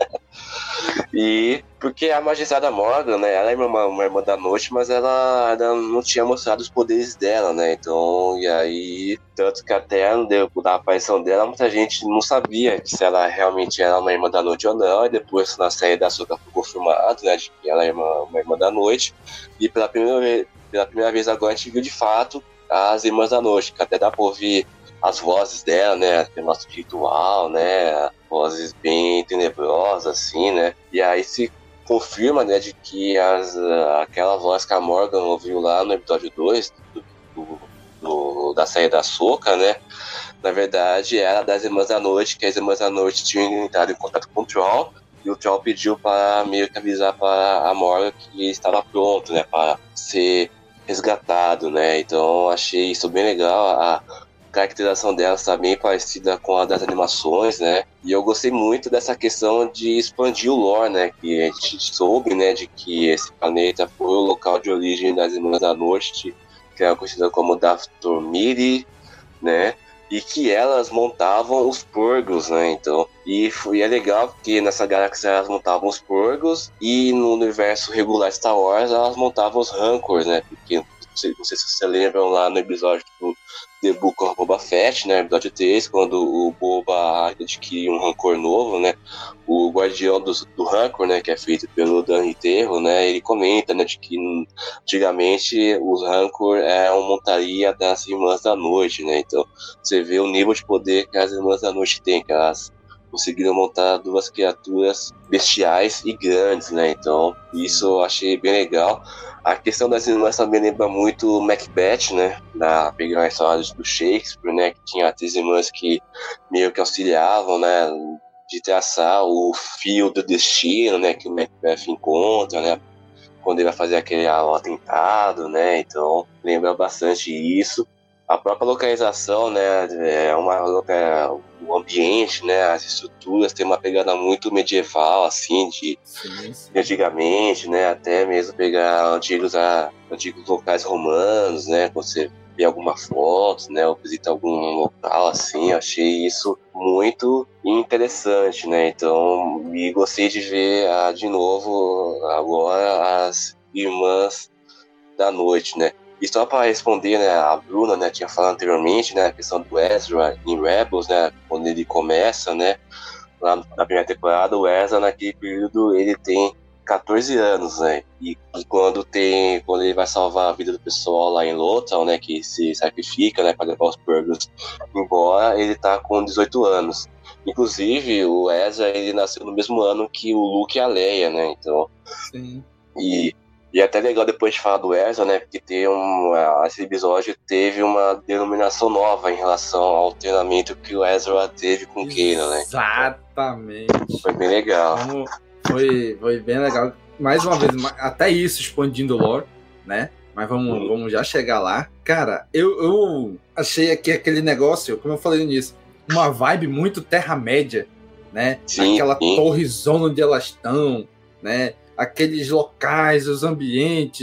M: E porque a Magistrada Morgan, né? Ela é uma, uma irmã da noite, mas ela, ela não tinha mostrado os poderes dela, né? Então, e aí, tanto que até da aparição dela, muita gente não sabia se ela realmente era uma irmã da noite ou não. E depois, na série da Ahsoka, foi confirmado, né? De que ela é uma, uma irmã da noite. E pela primeira vez. Pela primeira vez agora a gente viu de fato as Irmãs da Noite, que até dá pra ouvir as vozes dela, né? O nosso ritual, né? Vozes bem tenebrosas, assim, né? E aí se confirma, né, de que as, aquela voz que a Morgan ouviu lá no episódio dois do, do, do, da série da Ahsoka, né? Na verdade era das Irmãs da Noite, que as Irmãs da Noite tinham entrado em contato com o Troll, e o Troll pediu para meio que avisar para a Morgan que estava pronto, né? Para ser resgatado, né? Então achei isso bem legal. A caracterização dela está bem parecida com a das animações, né? E eu gostei muito dessa questão de expandir o lore, né? Que a gente soube, né? De que esse planeta foi o local de origem das Irmãs da Noite, que era conhecida como Dathomiri, né? E que elas montavam os Purgos, né? Então, e, foi, e é legal porque nessa galáxia elas montavam os Purgos, e no universo regular Star Wars elas montavam os Rancors, né? Porque, não sei, não sei se vocês lembram lá no episódio do The Book of Boba Fett, né? Episódio três, quando o Boba adquire um Rancor novo, né? O guardião do, do Rancor, né? Que é feito pelo Dan Enterro, né? Ele comenta, né? De que antigamente os Rancor eram montaria das Irmãs da Noite, né? Então você vê o nível de poder que as Irmãs da Noite têm, que elas conseguiram montar duas criaturas bestiais e grandes, né? Então isso eu achei bem legal. A questão das irmãs também lembra muito Macbeth, né? Na pegar a história do Shakespeare, né? Que tinha três irmãs que meio que auxiliavam, né? De traçar o fio do destino, né? Que o Macbeth encontra, né? Quando ele vai fazer aquele atentado, né? Então lembra bastante isso. A própria localização, né? É uma é, o ambiente, né? As estruturas tem uma pegada muito medieval, assim, de, sim, sim. de antigamente, né? Até mesmo pegar antigos, a, antigos locais romanos, né? Quando você vê alguma foto, né? Ou visita algum local, assim, eu achei isso muito interessante, né? Então, e gostei de ver ah, de novo agora as Irmãs da Noite, né? E só para responder, né, a Bruna, né, tinha falado anteriormente, né, a questão do Ezra em Rebels, né, quando ele começa, né, lá na primeira temporada, o Ezra naquele período ele tem catorze anos, né, e, e quando tem, quando ele vai salvar a vida do pessoal lá em Lothal, né, que se sacrifica, né, para levar os Purgos embora, ele tá com dezoito anos. Inclusive, o Ezra, ele nasceu no mesmo ano que o Luke e a Leia, né, então... Sim. E... E é até legal depois de falar do Ezra, né? Porque tem um, esse episódio teve uma denominação nova em relação ao treinamento que o Ezra teve com o Kanan, né?
J: Exatamente.
M: Foi bem legal.
J: Como foi, foi bem legal. Mais uma vez, até isso expandindo o lore, né? Mas vamos, hum. vamos já chegar lá. Cara, eu, eu achei aqui aquele negócio, como eu falei no início, uma vibe muito Terra-média, né?
M: Sim,
J: aquela
M: sim.
J: torrezona onde elas estão, né? Aqueles locais, os ambientes,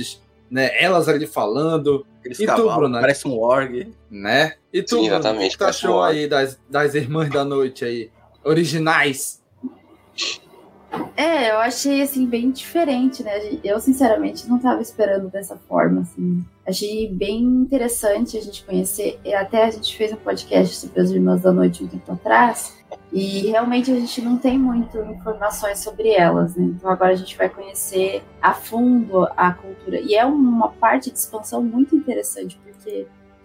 J: né? Elas ali falando.
L: Aqueles
J: e
L: cavalos,
J: tu, Bruna?
L: parece um org.
J: Né? E tu,
M: Sim,
J: Bruno,
M: exatamente,
J: o que tu
M: parece
J: achou
M: um orc.
J: aí das, das Irmãs da Noite aí? Originais?
K: É, eu achei, assim, bem diferente, né? Eu, sinceramente, não estava esperando dessa forma, assim. Achei bem interessante a gente conhecer. E até a gente fez um podcast sobre as Irmãs da Noite um tempo atrás. E realmente a gente não tem muitas informações sobre elas, né? Então agora a gente vai conhecer a fundo a cultura. E é uma parte de expansão muito interessante, porque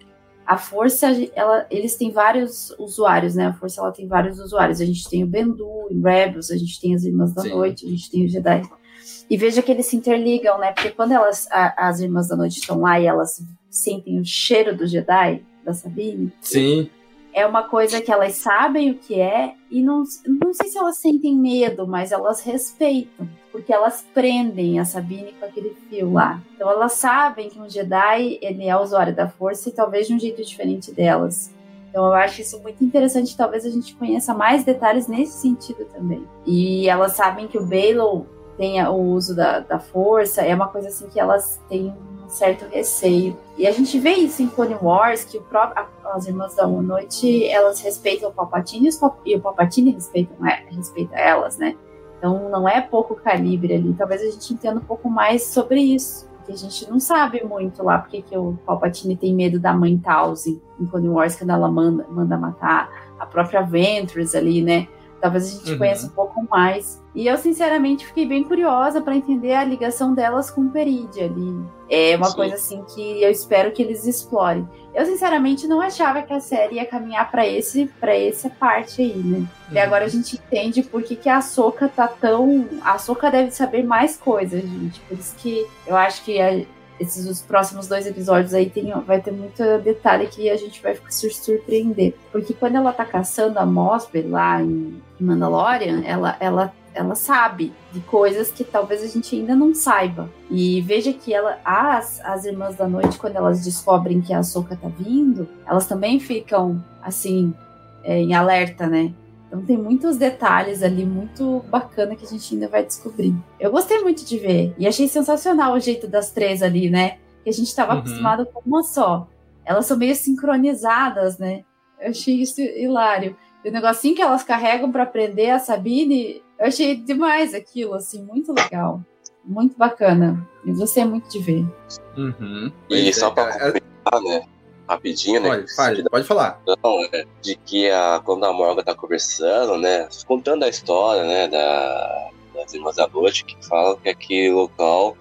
K: a Força, ela, eles têm vários usuários, né? A Força, ela tem vários usuários. A gente tem o Bendu, em Rebels, a gente tem as Irmãs da Sim. Noite, a gente tem os Jedi. E veja que eles se interligam, né? Porque quando elas, a, as Irmãs da Noite estão lá e elas sentem o cheiro do Jedi, da Sabine...
J: Sim.
K: É uma coisa que elas sabem o que é e não, não sei se elas sentem medo, mas elas respeitam, porque elas prendem a Sabine com aquele fio lá. Então elas sabem que um Jedi, ele é usuário da Força e talvez de um jeito diferente delas. Então eu acho isso muito interessante, talvez a gente conheça mais detalhes nesse sentido também. E elas sabem que o Baelor tem o uso da, da Força, é uma coisa assim que elas têm um certo receio. E a gente vê isso em Clone Wars, que o próprio, as Irmãs da Noite, elas respeitam o Palpatine e o Palpatine respeita, respeita elas, né? Então não é pouco calibre ali. Talvez a gente entenda um pouco mais sobre isso, porque a gente não sabe muito lá porque que o Palpatine tem medo da mãe Talzin em Clone Wars, quando ela manda, manda matar a própria Ventress ali, né? Talvez a gente uhum. conheça um pouco mais. E eu, sinceramente, fiquei bem curiosa para entender a ligação delas com o Perídia ali. É uma Sim. coisa, assim, que eu espero que eles explorem. Eu, sinceramente, não achava que a série ia caminhar para esse, para essa parte aí, né? Uhum. E agora a gente entende por que, que a Ahsoka tá tão... A Ahsoka deve saber mais coisas, gente. Por isso que eu acho que... A... Esses os próximos dois episódios aí tem, vai ter muito detalhe que a gente vai se surpreender. Porque quando ela tá caçando a Mosper lá em Mandalorian, ela, ela, ela sabe de coisas que talvez a gente ainda não saiba. E veja que ela, as, as Irmãs da Noite, quando elas descobrem que a Ahsoka tá vindo, elas também ficam, assim, é, em alerta, né? Então tem muitos detalhes ali, muito bacana que a gente ainda vai descobrir. Eu gostei muito de ver. E achei sensacional o jeito das três ali, né? Que a gente estava uhum. acostumado com uma só. Elas são meio sincronizadas, né? Eu achei isso hilário. E o negocinho que elas carregam para prender a Sabine, eu achei demais aquilo, assim, muito legal. Muito bacana. Eu gostei muito de ver.
J: Uhum.
M: E só para completar, né? Rapidinho, né?
J: Pode, pode, pode falar.
M: Não, é, de que a, quando a Morgan tá conversando, né? Contando a história, né? Da, das Irmãs da Noite, que falam que aquele local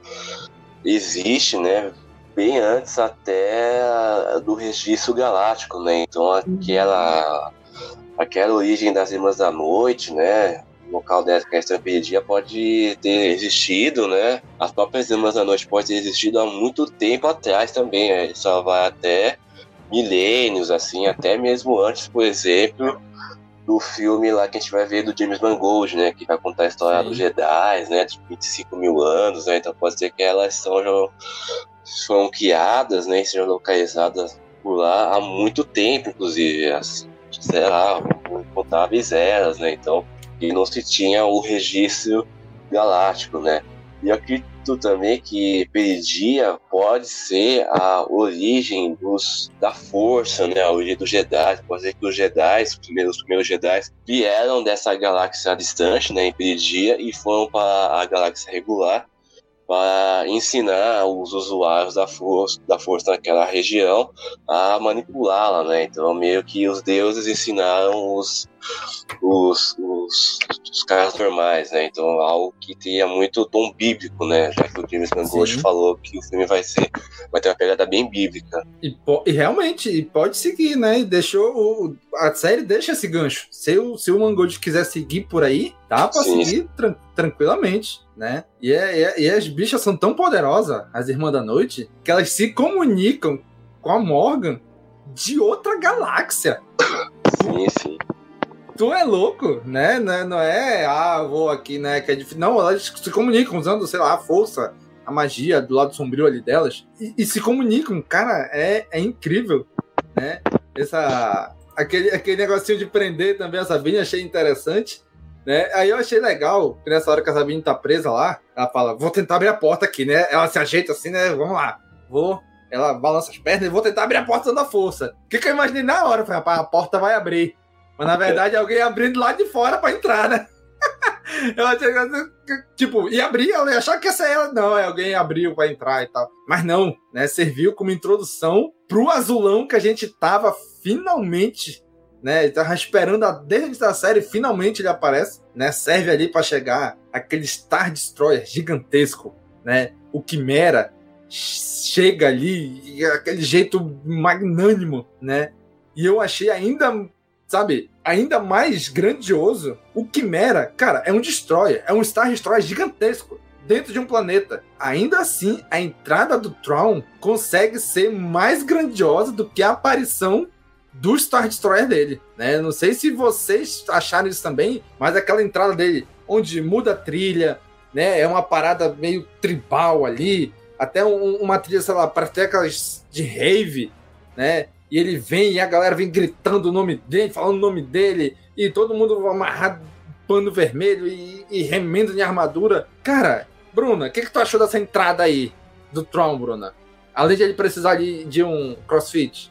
M: existe, né? Bem antes até do registro galáctico, né? Então aquela, aquela origem das Irmãs da Noite, né? O local dessa que a Estampedia pode ter existido, né? As próprias Irmãs da Noite podem ter existido há muito tempo atrás também, né? Só vai até milênios, assim, até mesmo antes, por exemplo, do filme lá que a gente vai ver do James Mangold, né? Que vai contar a história Sim. dos Jedi, né? De vinte e cinco mil anos, né? Então pode ser que elas são, já, foram criadas, né? E sejam localizadas por lá há muito tempo, inclusive. As, sei lá, incontáveis eras, né? Então, e não se tinha o registro galáctico, né? E eu acredito também que Perídia pode ser a origem dos, da força, né? A origem dos Jedi. Pode ser que os Jedi, os primeiros, os primeiros Jedi, vieram dessa galáxia distante, né? Em Perídia, e foram para a galáxia regular para ensinar os usuários da força, da força naquela região a manipulá-la, né? Então, meio que os deuses ensinaram os, os, os, os caras normais, né? Então, algo que tenha muito tom bíblico, né? Já que o James Mangold falou que o filme vai ser, vai ter uma pegada bem bíblica.
J: E, e realmente, pode seguir, né? Deixou o, a série deixa esse gancho. Se o, se o Mangold quiser seguir por aí, dá pra Sim. seguir tran- tranquilamente. Né? E, é, é, e as bichas são tão poderosas, as Irmãs da Noite, que elas se comunicam com a Morgan de outra galáxia.
M: Sim, sim.
J: Tu é louco, né? Não é, ah, vou aqui, né? Que é difícil. Não, elas se comunicam usando, sei lá, a força, a magia do lado sombrio ali delas. E, e se comunicam, cara, é, é incrível, né? Essa, aquele, aquele negocinho de prender também a Sabine, achei interessante. Né? Aí eu achei legal que nessa hora que a Sabine tá presa lá, ela fala, vou tentar abrir a porta aqui, né? Ela se ajeita assim, né? Vamos lá, vou. Ela balança as pernas e vou tentar abrir a porta dando a força. O que, que eu imaginei na hora? Eu falei, rapaz, a porta vai abrir. Mas na verdade é alguém abrindo lá de fora pra entrar, né? Eu achei que, tipo, ia abrir, eu ia achar que ia ser ela. Não, é alguém abriu pra entrar e tal. Mas não, né? Serviu como introdução pro azulão que a gente tava finalmente... Né, ele tava esperando a, desde a série, finalmente ele aparece, né, serve ali para chegar aquele Star Destroyer gigantesco, né, o Quimera chega ali, e aquele jeito magnânimo, né, e eu achei ainda, sabe, ainda mais grandioso, o Quimera, cara, é um Destroyer, é um Star Destroyer gigantesco, dentro de um planeta. Ainda assim, a entrada do Thrawn consegue ser mais grandiosa do que a aparição do Star Destroyer dele, né? Não sei se vocês acharam isso também, mas aquela entrada dele, onde muda a trilha, né? É uma parada meio tribal ali, até um, uma trilha, sei lá, parece aquelas de rave, né? E ele vem e a galera vem gritando o nome dele, falando o nome dele, e todo mundo amarrado pano vermelho e, e remendo em armadura. Cara, Bruna, o que, que tu achou dessa entrada aí do Thrawn, Bruna? Além de ele precisar de, de um crossfit.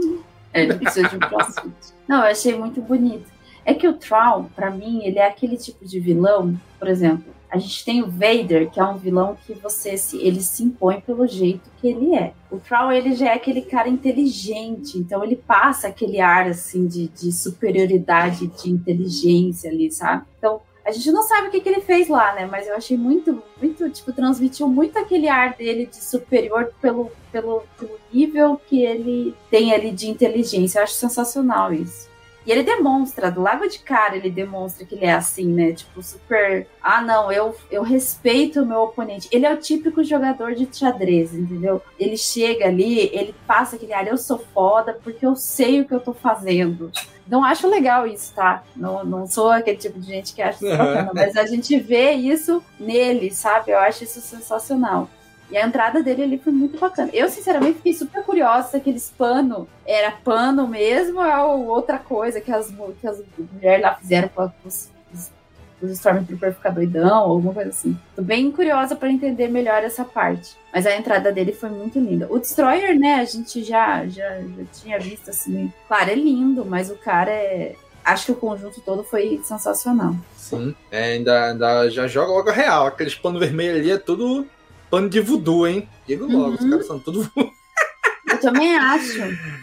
K: Ele precisa de um crossfit. Não, eu achei muito bonito. É que o Thrawn, pra mim, ele é aquele tipo de vilão, por exemplo, a gente tem o Vader, que é um vilão que você se, ele se impõe pelo jeito que ele é. O Thrawn, ele já é aquele cara inteligente, então ele passa aquele ar, assim, de, de superioridade, de inteligência ali, sabe? Então, a gente não sabe o que, que ele fez lá, né? Mas eu achei muito, muito, tipo, transmitiu muito aquele ar dele de superior pelo, pelo, pelo nível que ele tem ali de inteligência. Eu acho sensacional isso. E ele demonstra, do lado de cara, ele demonstra que ele é assim, né? Tipo, super... Ah, não, eu, eu respeito o meu oponente. Ele é o típico jogador de xadrez, entendeu? Ele chega ali, ele passa aquele ar, eu sou foda porque eu sei o que eu tô fazendo. Não acho legal isso, tá? Não, não sou aquele tipo de gente que acha isso bacana, mas a gente vê isso nele, sabe? Eu acho isso sensacional. E a entrada dele ali foi muito bacana. Eu, sinceramente, fiquei super curiosa se aqueles pano era pano mesmo ou outra coisa que as, que as mulheres lá fizeram para os, os, os Stormtroopers ficar doidão, ou alguma coisa assim. Tô bem curiosa para entender melhor essa parte. Mas a entrada dele foi muito linda. O Destroyer, né, a gente já, já, já tinha visto, assim. Claro, é lindo, mas o cara é... Acho que o conjunto todo foi sensacional.
J: Sim, é, ainda, ainda já joga logo a real. Aqueles pano vermelho ali é tudo... Pano de voodoo, hein? Digo logo, uhum. Os caras são tudo...
K: Eu também acho.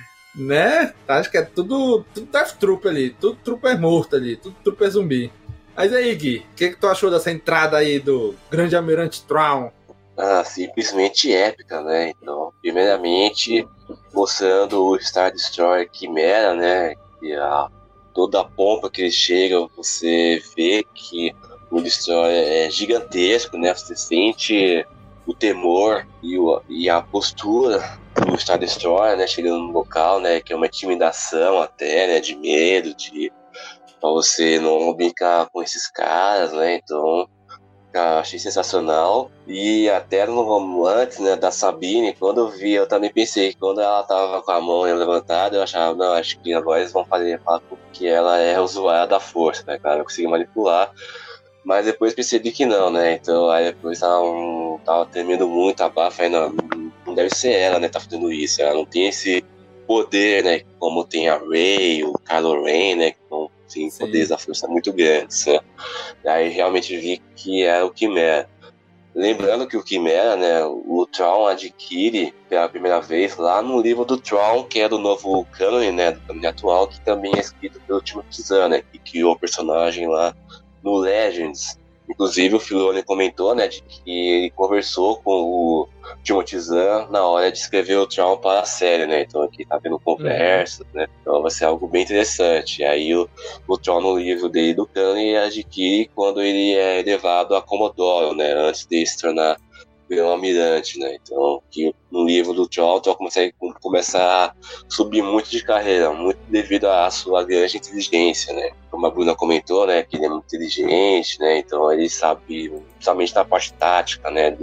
J: Né? Acho que é tudo, tudo Death Troop ali, tudo Trooper morto ali, tudo Trooper zumbi. Mas aí, Gui, o que, que tu achou dessa entrada aí do Grande Almirante Thrawn?
M: Ah, simplesmente épica, né? Então, primeiramente, mostrando o Star Destroyer Quimera, né? E a, toda a pompa que ele chega, você vê que o Destroyer é gigantesco, né? Você sente o temor e, o, e a postura do Star Destroyer, né, chegando no local, né, que é uma intimidação até, né, de medo, de pra você não brincar com esses caras, né, então cara, achei sensacional. E até no, antes, né, da Sabine, quando eu vi, eu também pensei que quando ela tava com a mão levantada, eu achava, não, acho que agora eles vão fazer, falar que ela é usuária da força, né, cara, eu consegui manipular. Mas depois percebi que não, né? Então aí depois tava, um, tava tremendo muito a bafa, aí não, não deve ser ela, né? Tá fazendo isso. Ela não tem esse poder, né? Como tem a Rey, o Kylo Ren, né? Que não tem poderes da força muito grandes, né? Aí realmente vi que era o Quimera. Lembrando que o Quimera, né? O Thrawn adquire pela primeira vez lá no livro do Thrawn, que é do novo canon, né? Do canon atual, que também é escrito pelo Timothy Zahn, né? Que criou o personagem lá no Legends. Inclusive o Filoni comentou, né, de que ele conversou com o Timothy Zahn na hora de escrever o Thrawn para a série, né, então aqui tá vendo conversas, uhum. né, então vai ser algo bem interessante. E aí o, o Thrawn no livro dele do canon ele adquire quando ele é levado a Commodoro, né, antes de se tornar um almirante, né, então que no livro do Thrawn, o Thrawn consegue começar a subir muito de carreira, muito devido à sua grande inteligência, né, como a Bruna comentou, né, que ele é muito inteligente, né, então ele sabe, principalmente na parte tática, né,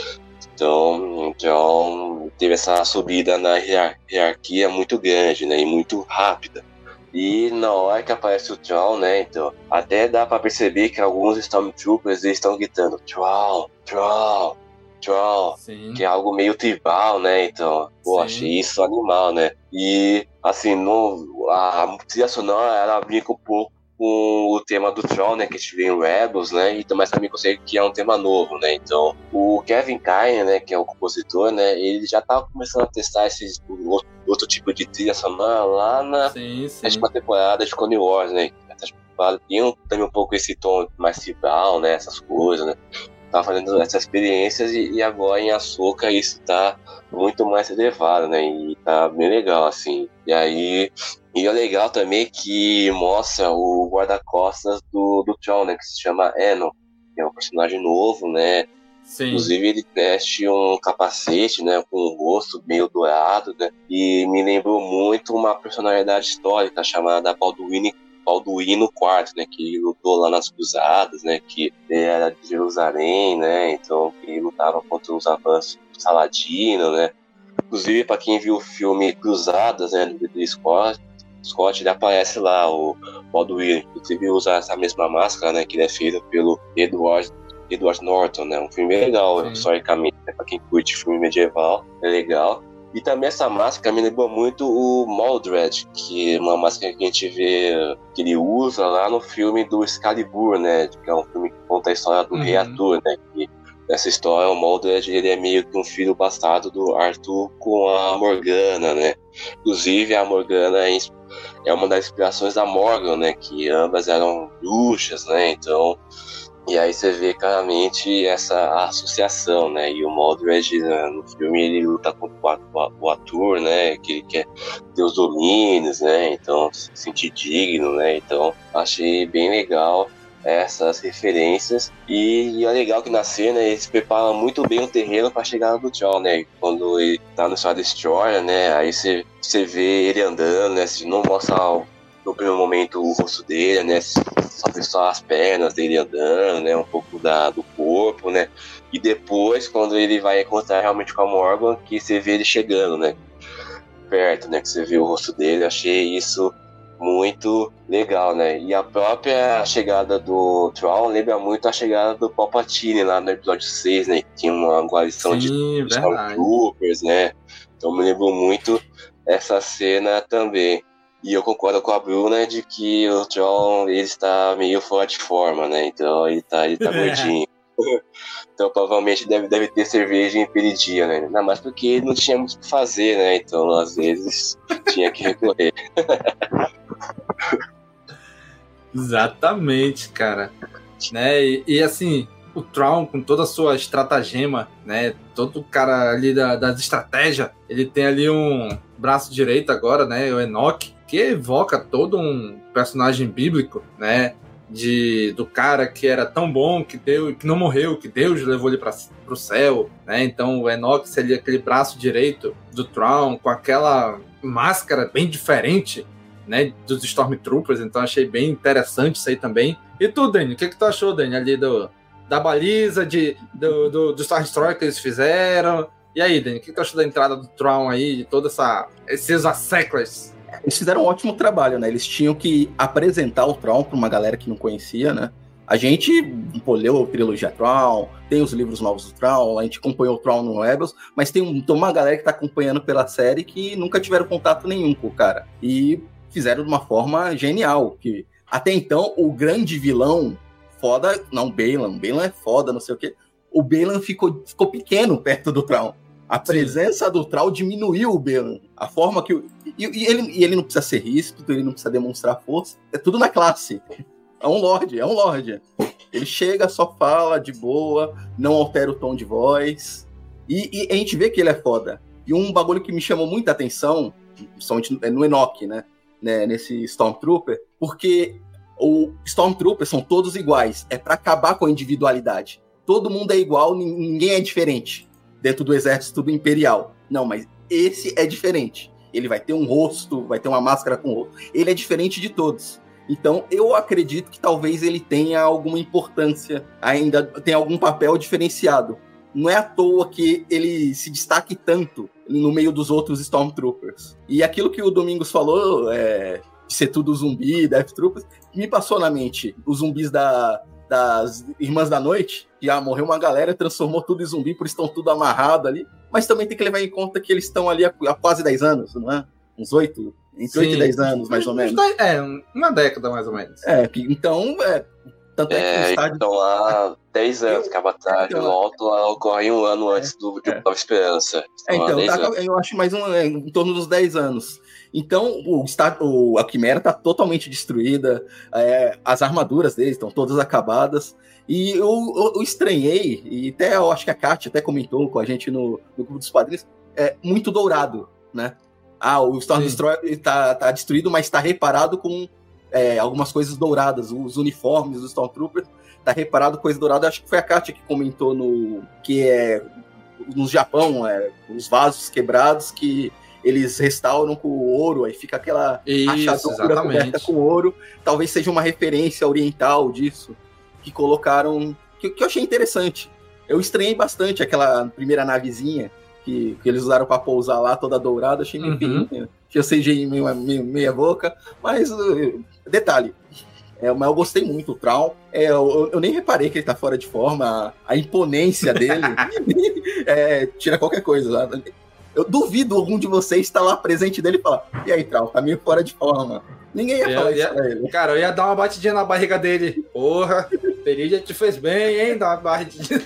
M: então, então teve essa subida na hierarquia muito grande, né, e muito rápida. E na hora que aparece o Thrawn, né, então, até dá pra perceber que alguns Stormtroopers eles estão gritando Thrawn, Thrawn, Thrawn, que é algo meio tribal, né, então, pô, Sim. achei isso animal, né. E, assim, no, a trilha sonora, ela brinca um pouco com o tema do Thrawn, né, que a gente vê em Rebels, né, e mas também consegue que é um tema novo, né, então o Kevin Kine, né, que é o compositor, né, ele já tava começando a testar esse outro, outro tipo de trilha sonora lá na sétima temporada de Clone Wars, né, tem um, também um pouco esse tom mais tribal, né, essas coisas, né, tava fazendo essas experiências e, e agora em Ahsoka isso tá muito mais elevado, né, e tá bem legal, assim, e aí... E é legal também que mostra o guarda-costas do, do Thrawn, né, que se chama Enon, que é um personagem novo, né, Sim. Inclusive ele veste um capacete, né, com um rosto meio dourado, né, e me lembrou muito uma personalidade histórica chamada Balduino, Balduino quarto, né, que lutou lá nas Cruzadas, né, que era de Jerusalém, né, então que lutava contra os avanços do Saladino, né. Inclusive, para quem viu o filme Cruzadas, né, do Ridley Scott, Scott, ele aparece lá, o Balduino, inclusive usa essa mesma máscara, né, que ele é feito pelo Edward, Edward Norton, né, um filme legal, Sim. historicamente, né, pra quem curte filme medieval, é legal. E também essa máscara me lembrou muito o Maldred, que é uma máscara que a gente vê, que ele usa lá no filme do Excalibur, né, que é um filme que conta a história do uhum. Rei Arthur, né, que nessa história o Maldred, ele é meio que um filho bastardo do Arthur com a Morgana, né, inclusive a Morgana é é uma das inspirações da Morgan, né, que ambas eram bruxas, né, então, e aí você vê claramente essa associação, né, e o Maldred, né, no filme, ele luta contra o, o ator, né, que ele quer ter os domínios, né, então, se sentir digno, né, então, achei bem legal essas referências, e, e é legal que na cena eles preparam muito bem o terreno para a chegada do Thrawn, né, quando ele tá no Star Destroyer, né, aí você, você vê ele andando, né, se não mostra no primeiro momento o rosto dele, né, só vê só as pernas dele andando, né, um pouco da, do corpo, né, e depois quando ele vai encontrar realmente com a Morgan, que você vê ele chegando, né, perto, né, que você vê o rosto dele, achei isso muito legal, né? E a própria chegada do Thrawn lembra muito a chegada do Palpatine lá no episódio seis, né? Que tinha uma guarnição de Stormtroopers, né? Então me lembrou muito essa cena também. E eu concordo com a Bruna de que o Thrawn, ele está meio fora de forma, né? Então ele tá, ele tá gordinho. Então provavelmente deve, deve ter cerveja em peridia, né? Ainda mais porque ele não tinha muito o que fazer, né? Então às vezes tinha que recorrer.
J: Exatamente, cara. Né? E, e assim, o Thrawn, com toda a sua estratagema, né? Todo o cara ali da, das estratégias, ele tem ali um braço direito agora, né? O Enoch, que evoca todo um personagem bíblico, né? De, do cara que era tão bom, que, Deus, que não morreu, que Deus levou ele para o céu, né? Então o Enoch seria aquele braço direito do Thrawn, com aquela máscara bem diferente, né, dos Stormtroopers, então achei bem interessante isso aí também. E tu, Dani, o que, que tu achou, Dani, ali do, da baliza, de, do, do, do Star Destroyer que eles fizeram? E aí, Dani, o que, que tu achou da entrada do Thrawn aí, de toda essa esses asseclas?
L: Eles fizeram um ótimo trabalho, né? Eles tinham que apresentar o Thrawn para uma galera que não conhecia, né? A gente pô, leu a trilogia Thrawn, tem os livros novos do Thrawn, a gente acompanhou o Thrawn no Rebels, mas tem, um, tem uma galera que tá acompanhando pela série que nunca tiveram contato nenhum com o cara. E fizeram de uma forma genial, que até então o grande vilão, foda, não, Baylan, Baylan é foda, não sei o quê, o Baylan ficou, ficou pequeno perto do Thrawn. A presença Sim. do Thrawn diminuiu o Baylan. A forma que... O, e, e, ele, e ele não precisa ser ríspido, ele não precisa demonstrar força. É tudo na classe. É um lorde, é um lorde. Ele chega, só fala de boa, não altera o tom de voz. E, e a gente vê que ele é foda. E um bagulho que me chamou muita atenção, principalmente no Enoch, né? né nesse Stormtrooper, porque os Stormtroopers são todos iguais. É pra acabar com a individualidade. Todo mundo é igual, ninguém é diferente dentro do exército do Imperial. Não, mas esse é diferente. Ele vai ter um rosto, vai ter uma máscara com rosto. Ele é diferente de todos. Então, eu acredito que talvez ele tenha alguma importância, ainda tenha algum papel diferenciado. Não é à toa que ele se destaque tanto no meio dos outros Stormtroopers. E aquilo que o Domingos falou, é, de ser tudo zumbi, Death Troopers, me passou na mente os zumbis da, das Irmãs da Noite, que ah, morreu uma galera, transformou tudo em zumbi, por isso estão tudo amarrado ali, mas também tem que levar em conta que eles estão ali há, há quase dez anos, não é? Uns oito, entre oito e dez anos, mais ou menos.
J: É, uma década, mais ou menos.
L: É, então, é, tanto é que
M: É,
L: o estádio...
M: então lá dez anos, que a batalha
L: Então,
M: do Alto lá ocorre um ano antes do de
L: É.
M: Nova Esperança.
L: É,
M: Então, lá
L: então,
M: dez
L: tá-
M: anos.
L: eu acho mais um, é, em torno dos dez anos. Então, o, está- o- a Quimera tá totalmente destruída, é, as armaduras deles estão todas acabadas, e eu, eu, eu estranhei, e até eu acho que a Kátia até comentou com a gente no, no Clube dos Padrinhos, é muito dourado, né? Ah, o Star Destroyer tá, tá destruído, mas tá reparado com é, algumas coisas douradas, os uniformes dos Stormtroopers, tá reparado com coisa dourada. Acho que foi a Kátia que comentou no que é no Japão, é, os vasos quebrados que eles restauram com ouro, aí fica aquela
J: Isso,
L: rachadura
J: exatamente.
L: coberta com ouro. Talvez seja uma referência oriental disso, que colocaram, que, que eu achei interessante. Eu estranhei bastante aquela primeira navezinha que, que eles usaram para pousar lá, toda dourada, achei meio
J: Uhum.
L: uhum. Tinha C G I meio, meio, meia boca, mas uh, detalhe. É, mas eu gostei muito do Traum. É, eu, eu nem reparei que ele tá fora de forma. A, a imponência dele é, tira qualquer coisa. Lá. Eu duvido algum de vocês estar lá presente dele e falar: e aí, Traum, tá meio fora de forma. Ninguém ia
J: Eu
L: falar
J: ia-
L: isso pra ele.
J: Cara, eu ia dar uma batidinha na barriga dele. Porra, Perídia te fez bem, hein? Dá uma batidinha.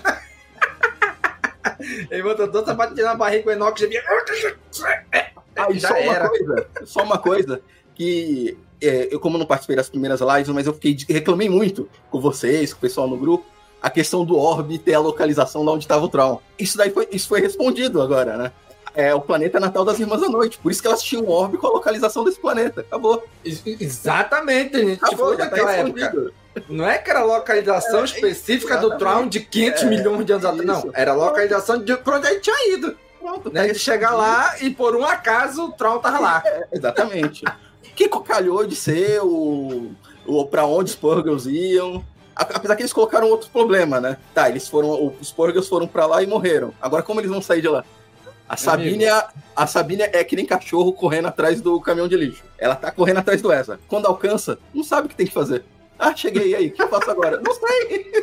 J: Ele botou tanta batidinha na barriga, o Enoch já via.
L: Ah, e
J: Já
L: só uma
J: era.
L: coisa, só uma coisa que é, eu, como não participei das primeiras lives, mas eu fiquei reclamei muito com vocês, com o pessoal no grupo, a questão do orbe ter a localização lá onde estava o Traum. Isso daí foi, isso foi respondido agora, né? É o planeta natal das Irmãs da Noite. Por isso que elas tinham um orbe com a localização desse planeta. Acabou.
J: Exatamente, a gente
L: Acabou,
J: falou
L: já tá
J: naquela
L: respondido.
J: época. Não é que era localização
L: É,
J: específica do
L: exatamente.
J: Traum de quinhentos
L: É,
J: milhões de anos atrás. Não,
L: isso.
J: era localização de pra onde ele tinha ido.
L: Pronto,
J: Né? De chegar lá e por um acaso o Traum tava lá.
L: É, exatamente. Que calhou de ser o, o pra onde os Purgles iam. A- Apesar que eles colocaram outro problema, né? Tá, eles foram. Os Purgles foram pra lá e morreram. Agora, como eles vão sair de lá? A Sabine, a, a Sabine é que nem cachorro correndo atrás do caminhão de lixo. Ela tá correndo atrás do Ezra. Quando alcança, não sabe o que tem que fazer. Ah, cheguei, e aí? O que eu faço agora? Não sei.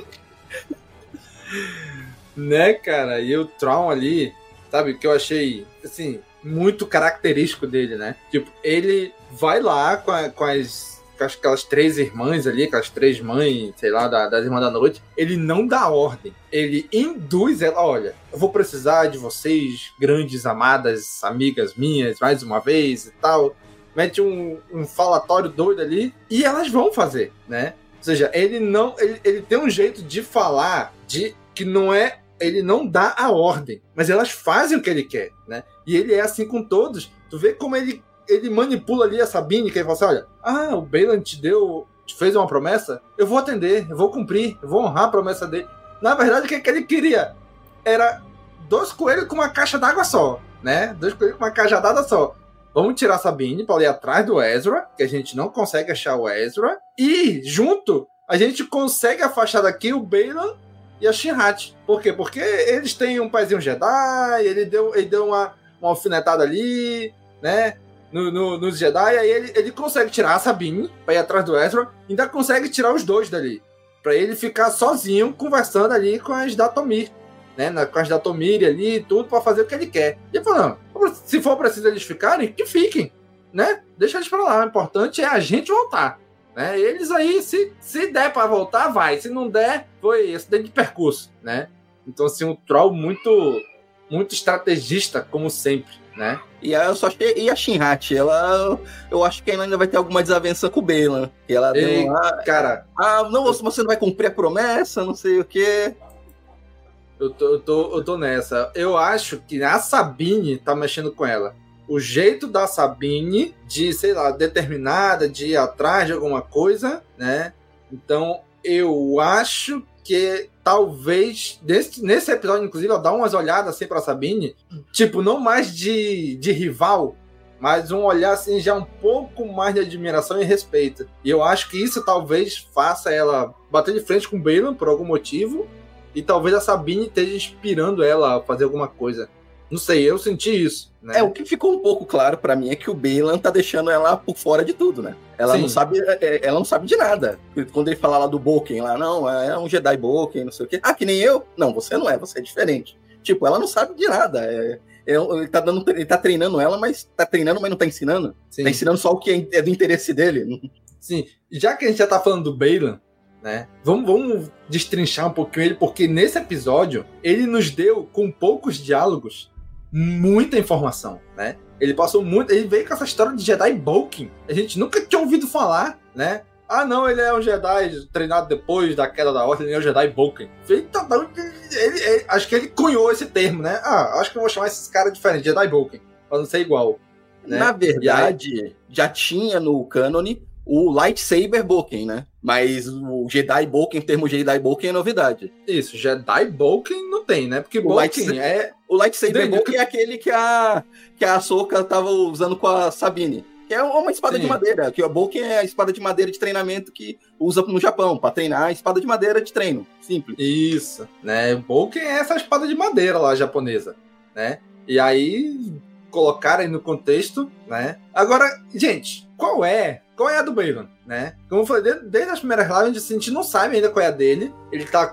J: Né, cara? E o Traum ali, sabe, o que eu achei, assim, muito característico dele, né? Tipo, ele vai lá com, a- com as com aquelas três irmãs ali, aquelas três mães, sei lá, da- das Irmãs da Noite, ele não dá ordem. Ele induz ela, olha, eu vou precisar de vocês, grandes, amadas, amigas minhas, mais uma vez e tal. Mete um, um falatório doido ali e elas vão fazer, né? Ou seja, ele não. Ele, ele tem um jeito de falar de que não é. Ele não dá a ordem, mas elas fazem o que ele quer, né? E ele é assim com todos. Tu vê como ele, ele manipula ali a Sabine, que ele fala assim: olha, ah, o Baylan te deu. Te fez uma promessa, eu vou atender, eu vou cumprir, eu vou honrar a promessa dele. Na verdade, o que, que ele queria? Era dois coelhos com uma caixa d'água só, né? Dois coelhos com uma cajadada só. Vamos tirar a Sabine para ir atrás do Ezra, que a gente não consegue achar o Ezra. E, junto, a gente consegue afastar daqui o Baylan e a Shinrat. Por quê? Porque eles têm um pezinho Jedi, ele deu, ele deu uma, uma alfinetada ali, né? No, no, nos Jedi, aí ele, ele consegue tirar a Sabine para ir atrás do Ezra, ainda consegue tirar os dois dali. Para ele ficar sozinho, conversando ali com as Datomir. Né, na, com as Datomir ali e tudo, pra fazer o que ele quer. E ele falou, não, se for preciso eles ficarem, que fiquem, né? Deixa eles pra lá, o importante é a gente voltar, né? Eles aí, se, se der pra voltar, vai, se não der, foi acidente de percurso, né? Então, assim, um troll muito, muito estrategista, como sempre, né?
L: E aí eu só achei, e a Shinrat, ela, eu acho que ela ainda vai ter alguma desavença com o Baylan. Que ela deu
J: Ei,
L: lá,
J: cara,
L: ah, não, você não vai cumprir a promessa, não sei o quê.
J: Eu tô, eu, tô, eu tô nessa. Eu acho que a Sabine tá mexendo com ela. O jeito da Sabine de, sei lá, determinada, de ir atrás de alguma coisa, né? Então, eu acho que talvez, nesse, nesse episódio, inclusive, ela dá umas olhadas assim pra Sabine, tipo, não mais de, de rival, mas um olhar assim já um pouco mais de admiração e respeito. E eu acho que isso talvez faça ela bater de frente com o Baylan por algum motivo. E talvez a Sabine esteja inspirando ela a fazer alguma coisa. Não sei, eu senti isso. Né?
L: É, o que ficou um pouco claro pra mim é que o Baylan tá deixando ela por fora de tudo, né? Ela não sabe, ela não sabe de nada. Quando ele fala lá do Boken, lá, não, é um Jedi Boken, não sei o quê. Ah, que nem eu? Não, você não é, você é diferente. Tipo, ela não sabe de nada. É, ele, tá dando, ele tá treinando ela, mas tá treinando, mas não tá ensinando. Sim. Tá ensinando só o que é do interesse dele.
J: Sim, já que a gente já tá falando do Baylan, né? Vamos, vamos destrinchar um pouquinho ele, porque nesse episódio ele nos deu, com poucos diálogos, muita informação, né? Ele passou muito, ele veio com essa história de Jedi Boken. A gente nunca tinha ouvido falar, né? Ah, não, ele é um Jedi treinado depois da queda da ordem, ele é um Jedi Boken. Ele, ele, ele, acho que ele cunhou esse termo, né? Ah, acho que eu vou chamar esses caras diferentes, Jedi Boken, pra não ser igual. Né?
L: Na verdade, aí, já tinha no cânone o Lightsaber Boken, né? Mas o Jedi Boken, o termo Jedi Boken é novidade.
J: Isso, Jedi Boken não tem, né? Porque o Boken Lightsaber, é...
L: O Lightsaber Boken é aquele que a, que a Ahsoka tava usando com a Sabine. Que é uma espada Sim. de madeira. Que o Boken é a espada de madeira de treinamento que usa no Japão, pra treinar a espada de madeira de treino. Simples.
J: Isso, né? Boken é essa espada de madeira lá, japonesa, né? E aí... colocar aí no contexto, né? Agora, gente, qual é? Qual é a do Baylan, né? Como eu falei, desde, desde as primeiras lives, a gente não sabe ainda qual é a dele. Ele tá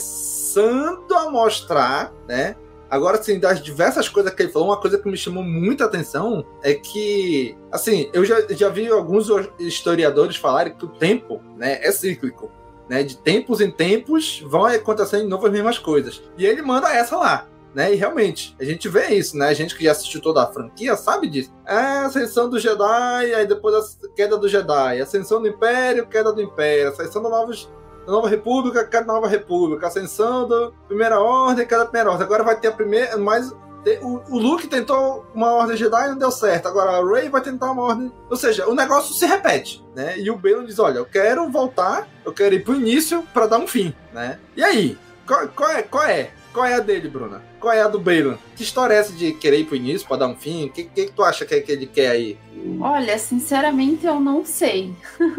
J: começando a mostrar, né? Agora, assim, das diversas coisas que ele falou, uma coisa que me chamou muita atenção é que, assim, eu já, já vi alguns historiadores falarem que o tempo, né, é cíclico, né? De tempos em tempos vão acontecendo de novo as mesmas coisas. E ele manda essa lá. Né? E realmente, a gente vê isso, né? A gente que já assistiu toda a franquia sabe disso. É a ascensão do Jedi, aí depois a queda do Jedi, ascensão do Império, queda do Império, ascensão da Nova, da Nova República, queda da Nova República, ascensão da Primeira Ordem, queda da Primeira Ordem. Agora vai ter a primeira, mas o, o Luke tentou uma Ordem Jedi e não deu certo. Agora a Rey vai tentar uma Ordem... Ou seja, o negócio se repete, né? E o Baylan diz, olha, eu quero voltar, eu quero ir pro início pra dar um fim, né? E aí? Qual, qual é? Qual é? Qual é a dele, Bruna? Qual é a do Baylan? Que história é essa de querer ir pro início pra dar um fim? O que, que, que tu acha que, que ele quer aí?
K: Olha, sinceramente eu não sei.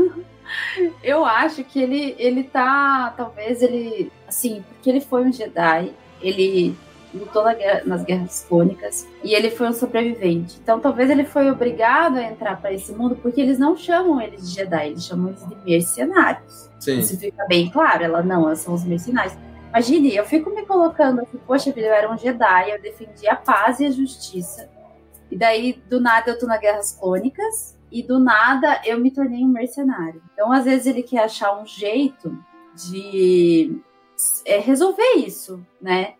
K: Eu acho que ele, ele tá... Talvez ele... Assim, porque ele foi um Jedi, ele lutou na guerra, nas Guerras Clônicas e ele foi um sobrevivente. Então talvez ele foi obrigado a entrar para esse mundo porque eles não chamam eles de Jedi, eles chamam eles de mercenários. Sim. Isso fica bem claro. Ela não, elas são os mercenários. Imagine, eu fico me colocando assim, poxa vida, eu era um Jedi, eu defendi a paz e a justiça. E daí, do nada, eu tô nas Guerras Clônicas e do nada eu me tornei um mercenário. Então, às vezes, ele quer achar um jeito de é, resolver isso, né?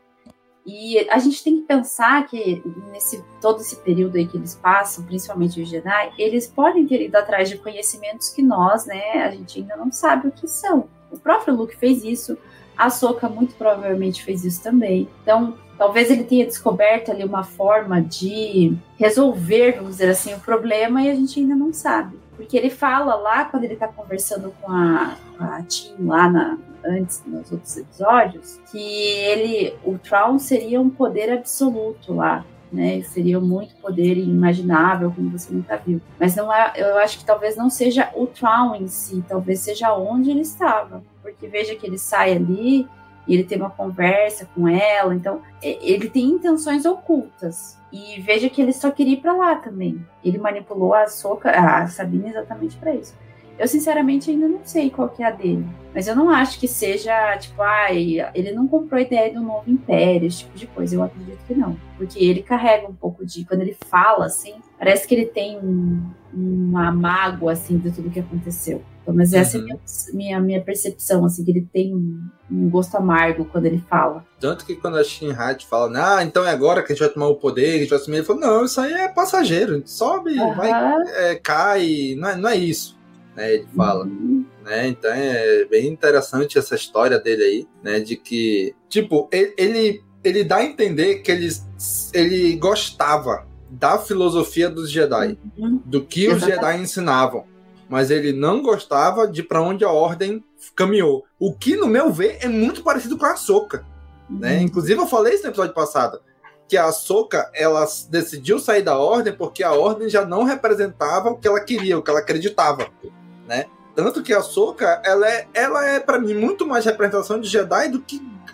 K: E a gente tem que pensar que nesse todo esse período aí que eles passam, principalmente os Jedi, eles podem ter ido atrás de conhecimentos que nós, né, a gente ainda não sabe o que são. O próprio Luke fez isso, a Ahsoka muito provavelmente fez isso também. Então, talvez ele tenha descoberto ali uma forma de resolver, vamos dizer assim, o problema e a gente ainda não sabe. Porque ele fala lá, quando ele tá conversando com a, a Tim lá na, antes, nos outros episódios, que ele, o Thrawn seria um poder absoluto lá, né? Seria muito poder inimaginável, como você nunca viu. Mas não é, eu acho que talvez não seja o Thrawn em si, talvez seja onde ele estava. Porque veja que ele sai ali e ele tem uma conversa com ela, então ele tem intenções ocultas. E veja que ele só queria ir pra lá também. Ele manipulou a Ahsoka, a Sabine exatamente pra isso. Eu, sinceramente, ainda não sei qual que é a dele. Mas eu não acho que seja, tipo, ai, ele não comprou a ideia do novo império, esse tipo de coisa. Eu acredito que não. Porque ele carrega um pouco de... Quando ele fala, assim, parece que ele tem um, uma mágoa, assim, de tudo que aconteceu. Então, mas essa uhum. é a minha, minha, minha percepção, assim, que ele tem um, um gosto amargo quando ele fala.
J: Tanto que quando a Shin-Hat fala, ah, então é agora que a gente vai tomar o poder, que a gente vai assumir, ele falou, não, isso aí é passageiro, a gente sobe, uhum. vai, é, cai, não é, não é isso. Né, ele fala, uhum. né, então é bem interessante essa história dele aí, né, de que, tipo, ele, ele, ele dá a entender que ele, ele gostava da filosofia dos Jedi, uhum. do que Exatamente. Os Jedi ensinavam, mas ele não gostava de para onde a Ordem caminhou, o que, no meu ver, é muito parecido com a Ahsoka, uhum. né, inclusive eu falei isso no episódio passado, que a Ahsoka, ela decidiu sair da Ordem porque a Ordem já não representava o que ela queria, o que ela acreditava. Né? Tanto que a Ahsoka, ela é, ela é para mim muito mais representação de Jedi do que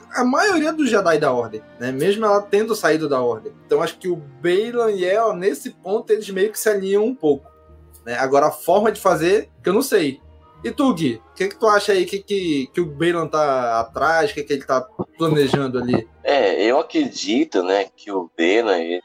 J: a maioria dos Jedi da Ordem, né? Mesmo ela tendo saído da Ordem. Então acho que o Baylan e ela, nesse ponto, eles meio que se alinham um pouco, né? Agora a forma de fazer, que eu não sei. E tu, Gui, o que, que tu acha aí que, que, que o Baylan tá atrás, o que, que ele tá planejando ali?
M: É, eu acredito, né, que o Baylan, ele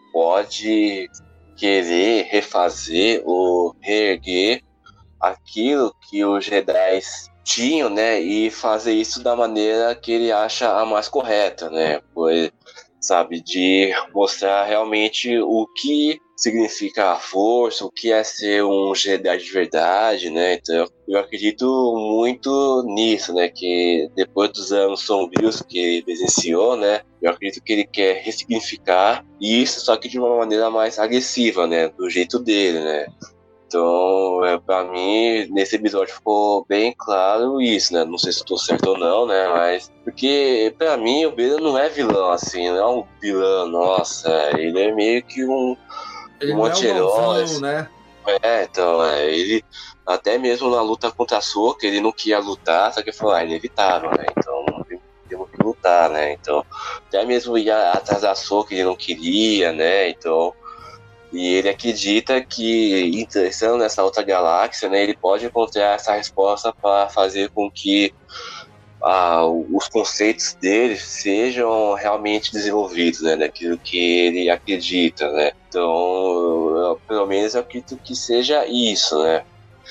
M: pode querer refazer ou reerguer aquilo que os Jedi tinham, né, e fazer isso da maneira que ele acha a mais correta, né, pois, sabe, de mostrar realmente o que significa a força, o que é ser um Jedi de verdade, né, então eu acredito muito nisso, né, que depois dos anos sombrios que ele presenciou, né, eu acredito que ele quer ressignificar isso, só que de uma maneira mais agressiva, né, do jeito dele, né. Então, é, pra mim, nesse episódio ficou bem claro isso, né? Não sei se estou certo ou não, né? Mas, porque pra mim o Baylan não é vilão, assim, não é um vilão, nossa, ele é meio que um,
J: ele
M: um anti-herói.
J: É, né?
M: É, então, é, ele, até mesmo na luta contra a Ahsoka, ele não queria lutar, só que ele falou, ah, é inevitável, né? Então, temos que lutar, né? Então, até mesmo ir atrás da Ahsoka, ele não queria, né? Então. E ele acredita que, interessando nessa outra galáxia, né, ele pode encontrar essa resposta para fazer com que ah, os conceitos dele sejam realmente desenvolvidos, né, daquilo que ele acredita, né. Então, eu, pelo menos eu acredito que seja isso, né.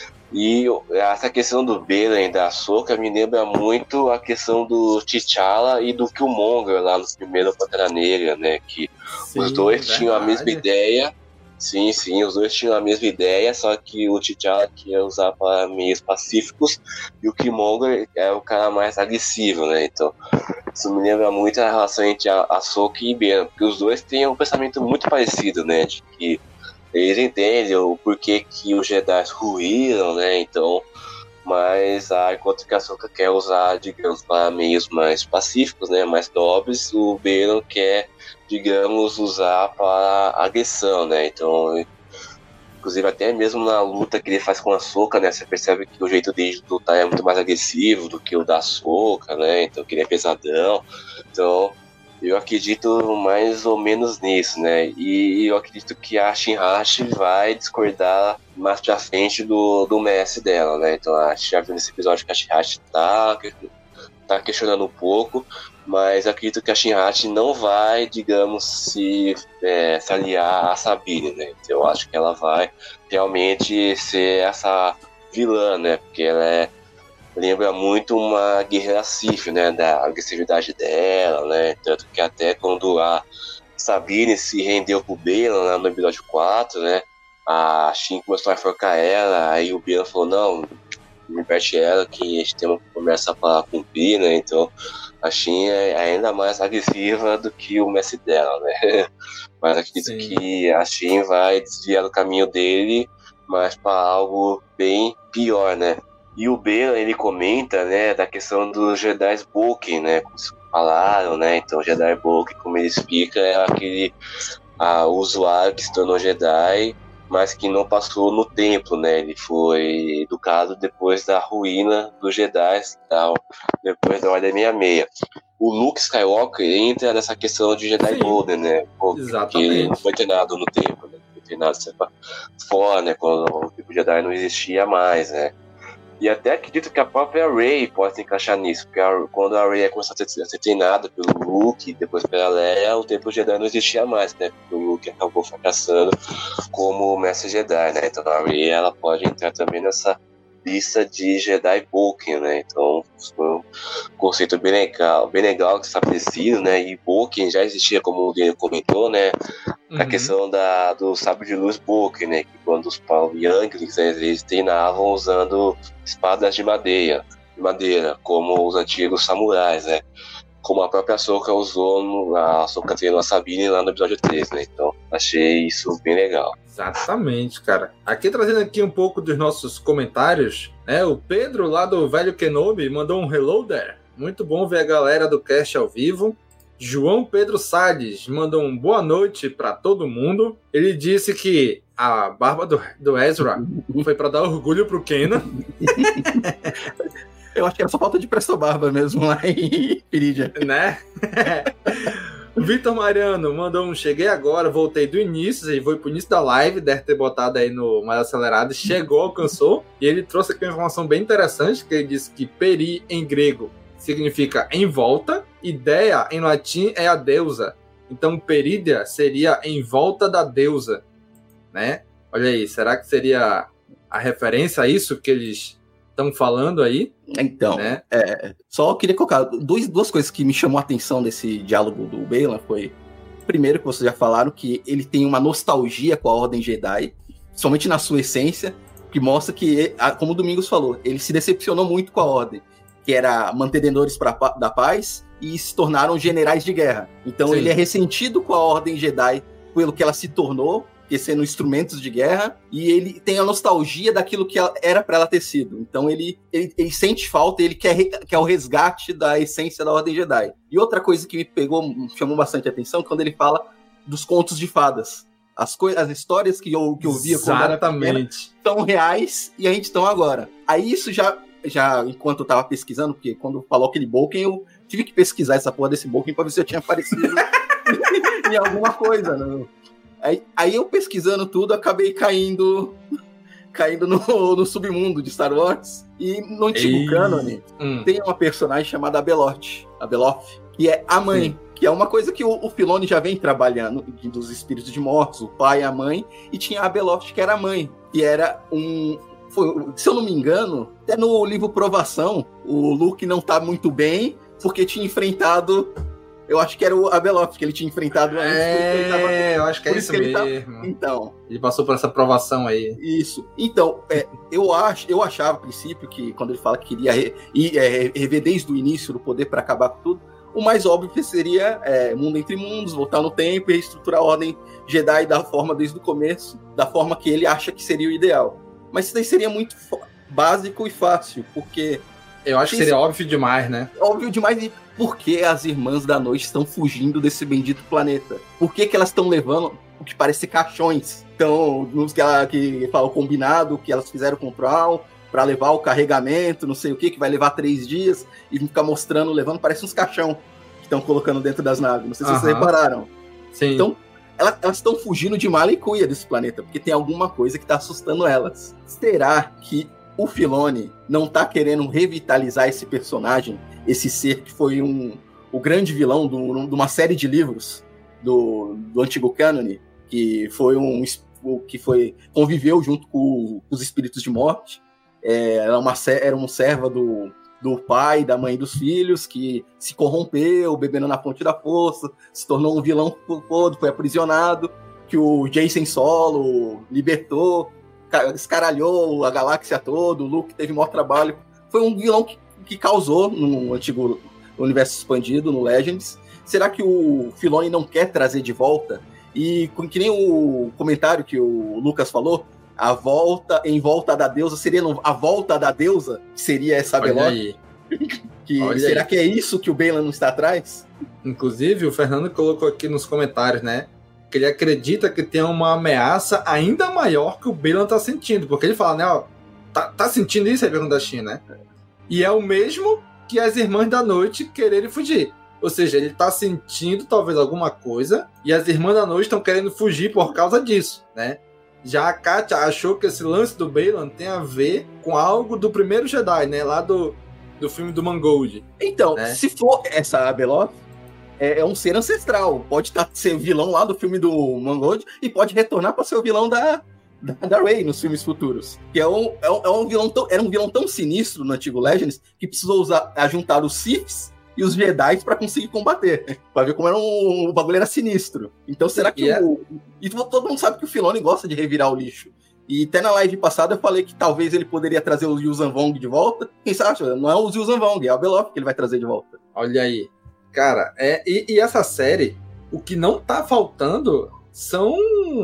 M: E essa questão do Baylan e da Ahsoka me lembra muito a questão do T'Challa e do Killmonger lá no primeiro Pantera Negra, né, que sim, os dois verdade. tinham a mesma ideia. Sim, sim, os dois tinham a mesma ideia, só que o T'Challa queria usar para meios pacíficos e o Killmonger é o cara mais agressivo, né? Então, isso me lembra muito a relação entre a Ahsoka e Baylan, porque os dois têm um pensamento muito parecido, né? De que eles entendem o porquê que os Jedi ruíram, né? Então, mas a enquanto que a Ahsoka quer usar, digamos, para meios mais pacíficos, né? Mais nobres, o Baylan quer, digamos, usar para agressão, né? Então, inclusive até mesmo na luta que ele faz com a Ahsoka, né? Você percebe que o jeito dele de lutar é muito mais agressivo do que o da Ahsoka, né? Então, que ele é pesadão. Então, eu acredito mais ou menos nisso, né? E eu acredito que a Shin-Hashi vai discordar mais pra frente do, do mestre dela, né? Então, a gente já viu nesse episódio que a Shin-Hashi tá, tá questionando um pouco, mas acredito que a Shin-Hashi não vai, digamos, se, é, se aliar a Sabine, né? Então, eu acho que ela vai realmente ser essa vilã, né? Porque ela é, lembra muito uma guerreira Sith, né? Da agressividade dela, né? Tanto que até quando a Sabine se rendeu pro Baylan lá no episódio quatro, né? A Shin começou a enforcar ela, aí o Baylan falou, não, me perde ela que a gente tem uma promessa para cumprir, né? Então a Shin é ainda mais agressiva do que o mestre dela, né? Mas acredito Sim. que a Shin vai desviar do caminho dele, mas para algo bem pior, né? E o Baylan, ele comenta, né, da questão dos Jedi Boken, né? Como falaram, né? Então o Jedi Boken, como ele explica, é aquele ah, usuário que se tornou Jedi, mas que não passou no templo, né? Ele foi educado depois da ruína dos Jedi, tal, depois da Ordem sessenta e seis. O Luke Skywalker entra nessa questão de Jedi Sim, Golden, né? Porque ele não foi treinado no templo, né? Foi treinado fora, né? Quando o tipo Jedi não existia mais, né? E até acredito que a própria Rey pode se encaixar nisso, porque a, quando a Rey começou a ser, a ser treinada pelo Luke e depois pela Leia, o Templo Jedi não existia mais, né? Porque o Luke acabou fracassando como Mestre Jedi, né? Então a Rey, ela pode entrar também nessa lista de Jedi Boken, né? Então foi um conceito bem legal, bem legal que estabelecido, né? E Boken já existia, como o Daniel comentou, né? Uhum. A questão da, do sabre de luz Boken, né? Que quando os Paul Younglings, eles treinavam usando espadas de madeira, de madeira, como os antigos samurais, né? Como a própria Ahsoka usou, no, a Ahsoka treinou a Sabine lá no episódio três, né? Então achei isso bem legal.
J: Exatamente, cara. Aqui trazendo aqui um pouco dos nossos comentários, né? O Pedro, lá do Velho Kenobi, mandou um hello there. Muito bom ver a galera do cast ao vivo. João Pedro Salles mandou um boa noite para todo mundo. Ele disse que a barba do, do Ezra foi para dar orgulho pro Kenan.
L: Eu acho que era só falta de Presto Barba mesmo lá em Perídia.
O: Né? Vitor Mariano mandou um cheguei agora, voltei do início, ele foi pro início da live, deve ter botado aí no mais acelerado, chegou, alcançou, e ele trouxe aqui uma informação bem interessante, que ele disse que peri em grego significa em volta, ideia em latim é a deusa, então perídia seria em volta da deusa, né? Olha aí, será que seria a referência a isso que eles estão falando aí?
L: Então, né? é, só queria colocar dois, duas coisas que me chamou a atenção desse diálogo do Baylan. Foi, primeiro, que vocês já falaram, que ele tem uma nostalgia com a Ordem Jedi, somente na sua essência, que mostra que, como o Domingos falou, ele se decepcionou muito com a Ordem, que era mantenedores pra, da paz, e se tornaram generais de guerra. Então Sim. ele é ressentido com a Ordem Jedi pelo que ela se tornou, sendo instrumentos de guerra, e ele tem a nostalgia daquilo que era para ela ter sido. Então ele, ele, ele sente falta, ele quer, quer o resgate da essência da Ordem Jedi. E outra coisa que me pegou, me chamou bastante atenção, quando ele fala dos contos de fadas. As, coi- as histórias que eu, que eu via quando era pequena são reais e a gente estão agora. Aí isso já, já, enquanto eu tava pesquisando, porque quando falou aquele Boken, eu tive que pesquisar essa porra desse Boken pra ver se eu tinha aparecido em alguma coisa, né? Aí, aí eu pesquisando tudo, acabei caindo caindo no, no submundo de Star Wars. E no antigo Ei. cânone hum. tem uma personagem chamada Abeloth, Abeloth, que é a mãe. Sim. Que é uma coisa que o, o Filoni já vem trabalhando, dos espíritos de mortos, o pai e a mãe. E tinha a Abeloth, que era a mãe. Que era um... Foi, se eu não me engano, até no livro Provação, o Luke não tá muito bem, porque tinha enfrentado... Eu acho que era o Abeloth que ele tinha enfrentado antes.
O: É, tava... eu acho que é isso, isso mesmo.
L: Tava... Então.
O: Ele passou por essa provação aí.
L: Isso. Então, é, eu, ach, eu achava, a princípio, que quando ele fala que queria re, ir, é, rever desde o início do poder para acabar com tudo, o mais óbvio seria é, Mundo Entre Mundos, voltar no tempo e reestruturar a Ordem Jedi da forma desde o começo, da forma que ele acha que seria o ideal. Mas isso daí seria muito básico e fácil, porque...
O: Eu acho que seria óbvio demais, né?
L: Óbvio demais. E por que as Irmãs da Noite estão fugindo desse bendito planeta? Por que, que elas estão levando o que parece caixões? Então, nos que ela que fala o combinado, que elas fizeram com o Troll, para levar o carregamento, não sei o que, que vai levar três dias, e ficar mostrando, levando, parece uns caixão que estão colocando dentro das naves. Não sei se uh-huh. vocês repararam.
O: Sim.
L: Então, elas estão fugindo de mala e cuia desse planeta, porque tem alguma coisa que está assustando elas. Será que o Filoni não tá querendo revitalizar esse personagem, esse ser que foi um, o grande vilão de uma série de livros do, do antigo cânone, que foi um que foi, conviveu junto com os espíritos de morte, é, era, uma, era uma serva do, do pai, da mãe e dos filhos, que se corrompeu, bebendo na fonte da força, se tornou um vilão todo, foi aprisionado, que o Jacen Solo libertou, escaralhou a galáxia toda, o Luke teve maior trabalho. Foi um vilão que, que causou no antigo universo expandido, no Legends. Será que o Filoni não quer trazer de volta? E que nem o comentário que o Lucas falou, a volta, em volta da deusa, seria a volta da deusa, que seria essa Abeloth? Que, será aí. que é isso que o Baylan não está atrás?
O: Inclusive, o Fernando colocou aqui nos comentários, né? Que ele acredita que tem uma ameaça ainda maior que o Baylan tá sentindo. Porque ele fala, né, ó, tá, tá sentindo isso? Aí pergunta da China, né? E é o mesmo que as Irmãs da Noite quererem fugir. Ou seja, ele tá sentindo talvez alguma coisa e as Irmãs da Noite estão querendo fugir por causa disso, né? Já a Katia achou que esse lance do Baylan tem a ver com algo do primeiro Jedi, né? Lá do, do filme do Mangold.
L: Então,
O: né?
L: Se for essa Abeloth, É, é um ser ancestral. Pode estar ser vilão lá do filme do Mangold e pode retornar para ser o vilão da, da, da Rey nos filmes futuros. Que é um, é um, é um vilão tão, era um vilão tão sinistro no antigo Legends que precisou usar, a juntar os Siths e os Jedi para conseguir combater. Para ver como era um, o bagulho era sinistro. Então será que yeah. o... E todo mundo sabe que o Filoni gosta de revirar o lixo. E até na live passada eu falei que talvez ele poderia trazer o Yuuzhan Vong de volta. Quem sabe? Não é o Yuuzhan Vong, é a Abeloth que ele vai trazer de volta.
O: Olha aí. Cara, é, e, e essa série, o que não tá faltando são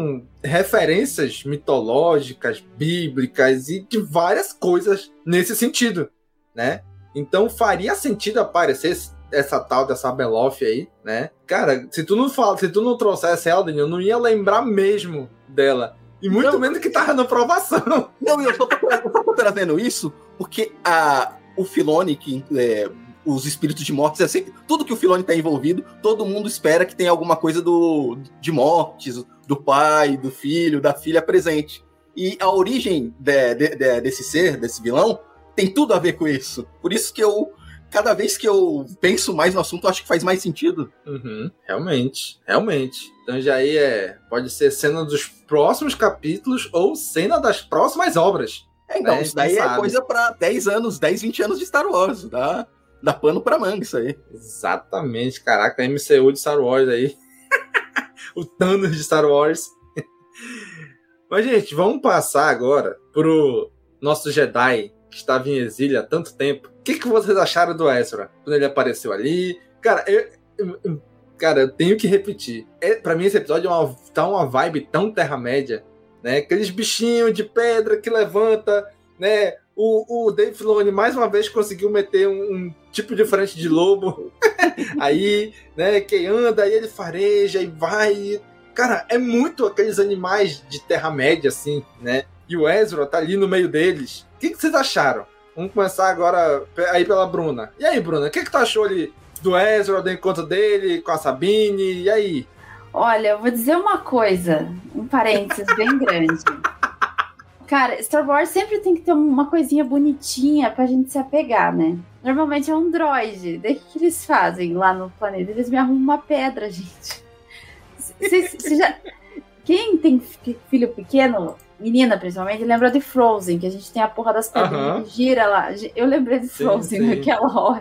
O: referências mitológicas, bíblicas e de várias coisas nesse sentido, né? Então faria sentido aparecer essa tal dessa Abeloth aí, né? Cara, se tu não fala, se tu não trouxesse ela, eu não ia lembrar mesmo dela. E muito não, menos que tava na provação.
L: Não, eu só tô, eu só tô trazendo isso porque a... o Filoni, que é, os espíritos de mortes, é sempre, tudo que o Filoni tá envolvido, todo mundo espera que tenha alguma coisa do, de mortes, do pai, do filho, da filha presente. E a origem de, de, de, desse ser, desse vilão, tem tudo a ver com isso. Por isso que eu, cada vez que eu penso mais no assunto, eu acho que faz mais sentido.
O: Uhum, realmente, realmente. Então já aí é, pode ser cena dos próximos capítulos ou cena das próximas obras.
L: É, então,
O: né?
L: Isso daí é coisa pra dez anos, dez, vinte anos de Star Wars. Dá, dá pano pra manga isso aí.
O: Exatamente, caraca, M C U de Star Wars aí. O Thanos de Star Wars. Mas, gente, vamos passar agora pro nosso Jedi, que estava em exílio há tanto tempo. O que, que vocês acharam do Ezra? Quando ele apareceu ali? Cara, eu, eu, cara, eu tenho que repetir. É, pra mim, esse episódio é uma, tá uma vibe tão Terra-média, né? Aqueles bichinhos de pedra que levanta, né? O, o Dave Filoni, mais uma vez, conseguiu meter um, um tipo diferente de lobo. Aí, né? Quem anda, aí ele fareja e vai... Cara, é muito aqueles animais de Terra-média, assim, né? E o Ezra tá ali no meio deles. O que, que vocês acharam? Vamos começar agora aí pela Bruna. E aí, Bruna, o que, que tu achou ali do Ezra, do encontro dele com a Sabine? E aí?
K: Olha, eu vou dizer uma coisa, um parênteses bem grande. Cara, Star Wars sempre tem que ter uma coisinha bonitinha pra gente se apegar, né? Normalmente é um droide. Daí o que eles fazem lá no planeta? Eles me arrumam uma pedra, gente. Cês, cês já... Quem tem filho pequeno, menina principalmente, lembra de Frozen, que a gente tem a porra das pedrinhas uh-huh. que gira lá. Eu lembrei de Frozen sim, sim. naquela hora.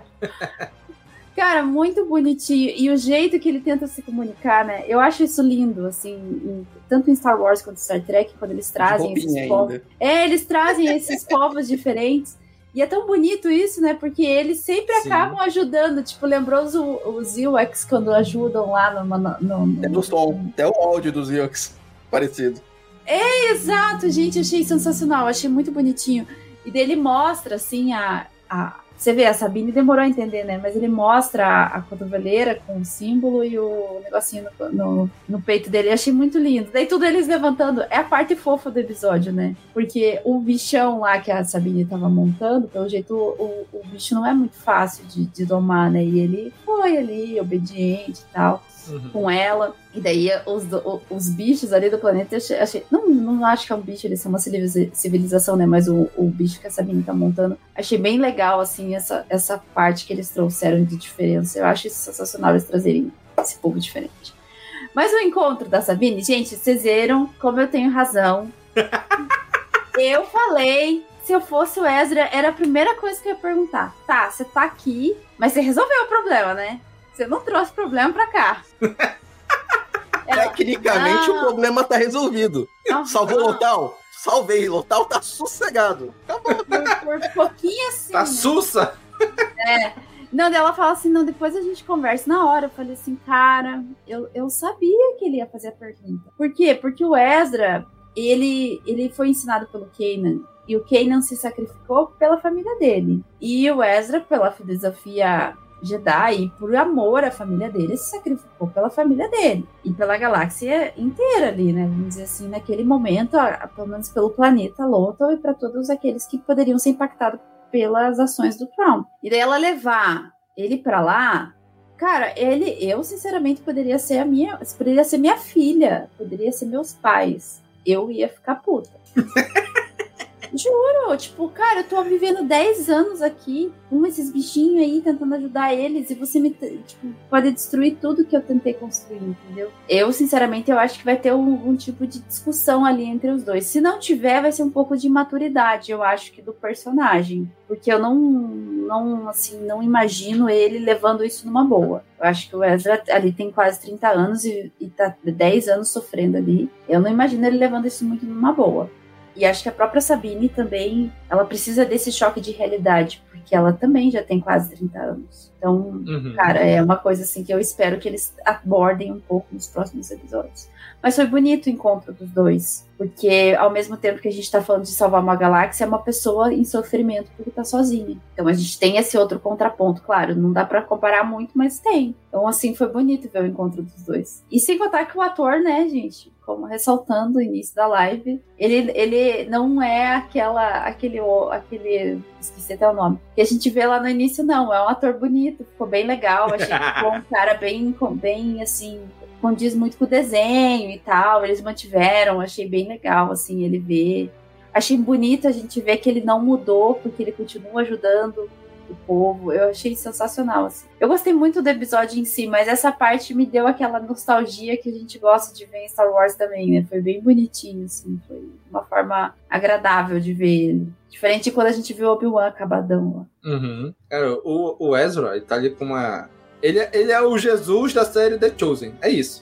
K: Cara, muito bonitinho. E o jeito que ele tenta se comunicar, né? Eu acho isso lindo, assim, em, tanto em Star Wars quanto em Star Trek, quando eles trazem esses povos. É, eles trazem esses povos diferentes. E é tão bonito isso, né? Porque eles sempre Sim. acabam ajudando. Tipo, lembrou os, os Ewoks quando ajudam lá no... no, no, no...
L: É do som, até o áudio dos Ewoks parecido.
K: É, exato, gente. Achei sensacional, achei muito bonitinho. E daí ele mostra, assim, a... a você vê, a Sabine demorou a entender, né? Mas ele mostra a, a cotoveleira com o símbolo e o negocinho no, no, no peito dele. Eu achei muito lindo. Daí tudo eles levantando. É a parte fofa do episódio, né? Porque o bichão lá que a Sabine tava montando, pelo jeito, o, o bicho não é muito fácil de, de domar, né? E ele foi ali, obediente e tal, uhum. com ela. E daí os, os bichos ali do planeta, eu achei, achei, não, não acho que é um bicho, eles são uma civilização, né? Mas o, o bicho que a Sabine tá montando, achei bem legal, assim, essa, essa parte que eles trouxeram de diferença. Eu acho isso sensacional, eles trazerem esse povo diferente. Mas o encontro da Sabine, gente, vocês viram como eu tenho razão. Eu falei, se eu fosse o Ezra, era a primeira coisa que eu ia perguntar. Tá, você tá aqui, mas você resolveu o problema, né? Você não trouxe problema pra cá.
L: Ela, Tecnicamente não. O problema tá resolvido. Não, Salvou o Lotal? Salvei, Lotal tá sossegado. Acabou.
K: Por, por pouquinho assim.
O: Tá sussa?
K: É. Não, ela fala assim, não, depois a gente conversa. Na hora eu falei assim, cara, eu, eu sabia que ele ia fazer a pergunta. Por quê? Porque o Ezra, ele, ele foi ensinado pelo Kanan. E o Kanan se sacrificou pela família dele. E o Ezra, pela filosofia Jedi, e por amor à família dele, se sacrificou pela família dele e pela galáxia inteira ali, né? Vamos dizer assim, naquele momento, a, pelo menos pelo planeta Lothal e para todos aqueles que poderiam ser impactados pelas ações do Thrawn. E daí ela levar ele para lá, cara, ele, eu sinceramente poderia ser a minha, poderia ser minha filha, poderia ser meus pais. Eu ia ficar puta. Juro, tipo, cara, eu tô vivendo dez anos aqui com esses bichinhos aí, tentando ajudar eles, e você me, tipo, pode destruir tudo que eu tentei construir, entendeu? Eu, sinceramente, eu acho que vai ter um, um tipo de discussão ali entre os dois. Se não tiver, vai ser um pouco de maturidade, eu acho, que do personagem. Porque eu não, não, assim, não imagino ele levando isso numa boa. Eu acho que o Ezra ali tem quase trinta anos e, e tá dez anos sofrendo ali. Eu não imagino ele levando isso muito numa boa. E acho que a própria Sabine também, ela precisa desse choque de realidade, porque ela também já tem quase trinta anos. Então, uhum. cara, é uma coisa assim que eu espero que eles abordem um pouco nos próximos episódios. Mas foi bonito o encontro dos dois, porque ao mesmo tempo que a gente tá falando de salvar uma galáxia, é uma pessoa em sofrimento porque tá sozinha. Então a gente tem esse outro contraponto, claro, não dá pra comparar muito, mas tem. Então assim, foi bonito ver o encontro dos dois. E sem contar que o ator, né, gente, como ressaltando o início da live, ele, ele não é aquela, aquele, aquele, esqueci até o nome, que a gente vê lá no início, não, é um ator bonito, ficou bem legal, achei que ficou um cara bem, bem, assim, condiz muito com o desenho e tal, eles mantiveram, achei bem legal, assim, ele ver, achei bonito a gente ver que ele não mudou, porque ele continua ajudando o povo, eu achei sensacional, assim. Eu gostei muito do episódio em si, mas essa parte me deu aquela nostalgia que a gente gosta de ver em Star Wars também, né? Foi bem bonitinho, assim, foi uma forma agradável de ver ele. Diferente de quando a gente viu o Obi-Wan acabadão lá.
O: Uhum. Cara, o, o Ezra, ele tá ali com uma... Ele, ele é o Jesus da série The Chosen, é isso.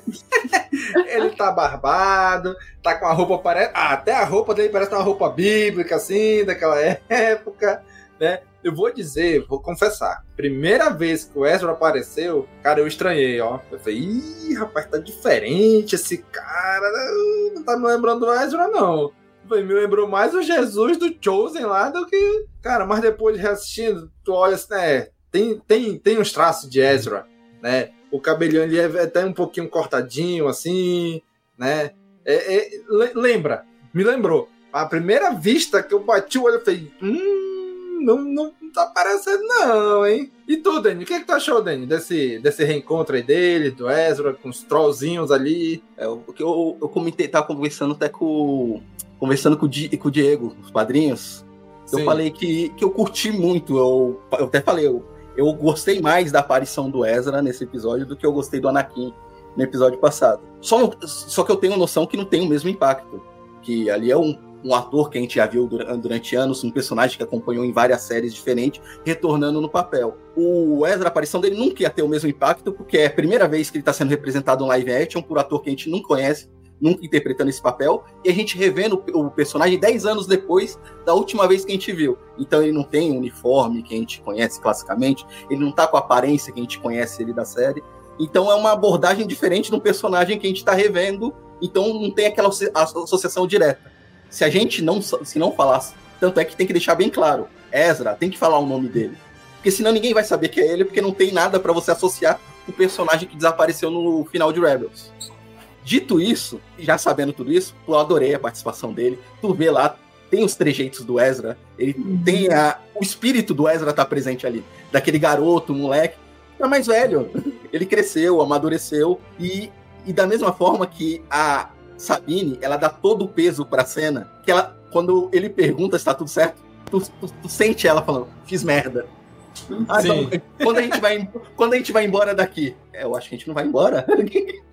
O: Ele tá barbado, tá com a roupa, parece... Ah, até a roupa dele parece uma roupa bíblica, assim, daquela época, né? Eu vou dizer, vou confessar, primeira vez que o Ezra apareceu, cara, eu estranhei, ó. Eu falei, ih, rapaz, tá diferente esse cara, não tá me lembrando do Ezra, não. Eu falei, me lembrou mais o Jesus do Chosen lá do que... Cara, mas depois de reassistindo, tu olha assim, né, tem, tem, tem uns traços de Ezra, né? O cabelinho ali é até um pouquinho cortadinho, assim, né? É, é, lembra, me lembrou. A primeira vista que eu bati o olho, eu falei, hum... Não, não tá parecendo não, hein? E tu, Dani? O que, é que tu achou, Dani, desse, desse reencontro aí dele, do Ezra, com os trollzinhos ali?
L: É, o que eu, eu comentei, tava conversando até com, conversando com, o Di, com o Diego, os padrinhos. Sim. Eu falei que, que eu curti muito, eu, eu até falei, eu, eu gostei mais da aparição do Ezra nesse episódio do que eu gostei do Anakin no episódio passado. Só, só que eu tenho noção que não tem o mesmo impacto, que ali é um um ator que a gente já viu durante anos, um personagem que acompanhou em várias séries diferentes, retornando no papel. O Ezra, a aparição dele nunca ia ter o mesmo impacto, porque é a primeira vez que ele está sendo representado em live action por um ator que a gente não conhece, nunca interpretando esse papel, e a gente revendo o personagem dez anos depois da última vez que a gente viu. Então ele não tem o uniforme que a gente conhece classicamente, ele não tá com a aparência que a gente conhece ele da série. Então é uma abordagem diferente de um personagem que a gente está revendo, então não tem aquela associação direta. Se a gente não, se não falasse, tanto é que tem que deixar bem claro, Ezra, tem que falar o nome dele. Porque senão ninguém vai saber que é ele, porque não tem nada pra você associar com o personagem que desapareceu no final de Rebels. Dito isso, já sabendo tudo isso, eu adorei a participação dele. Tu vê lá, tem os trejeitos do Ezra, ele tem a, o espírito do Ezra tá presente ali, daquele garoto, moleque, tá mais velho. Ele cresceu, amadureceu, e, e da mesma forma que a Sabine, ela dá todo o peso pra cena, que ela, quando ele pergunta se tá tudo certo, tu, tu, tu sente ela falando, fiz merda. Ah, então, quando, a gente vai, quando a gente vai embora daqui, é, eu acho que a gente não vai embora. Não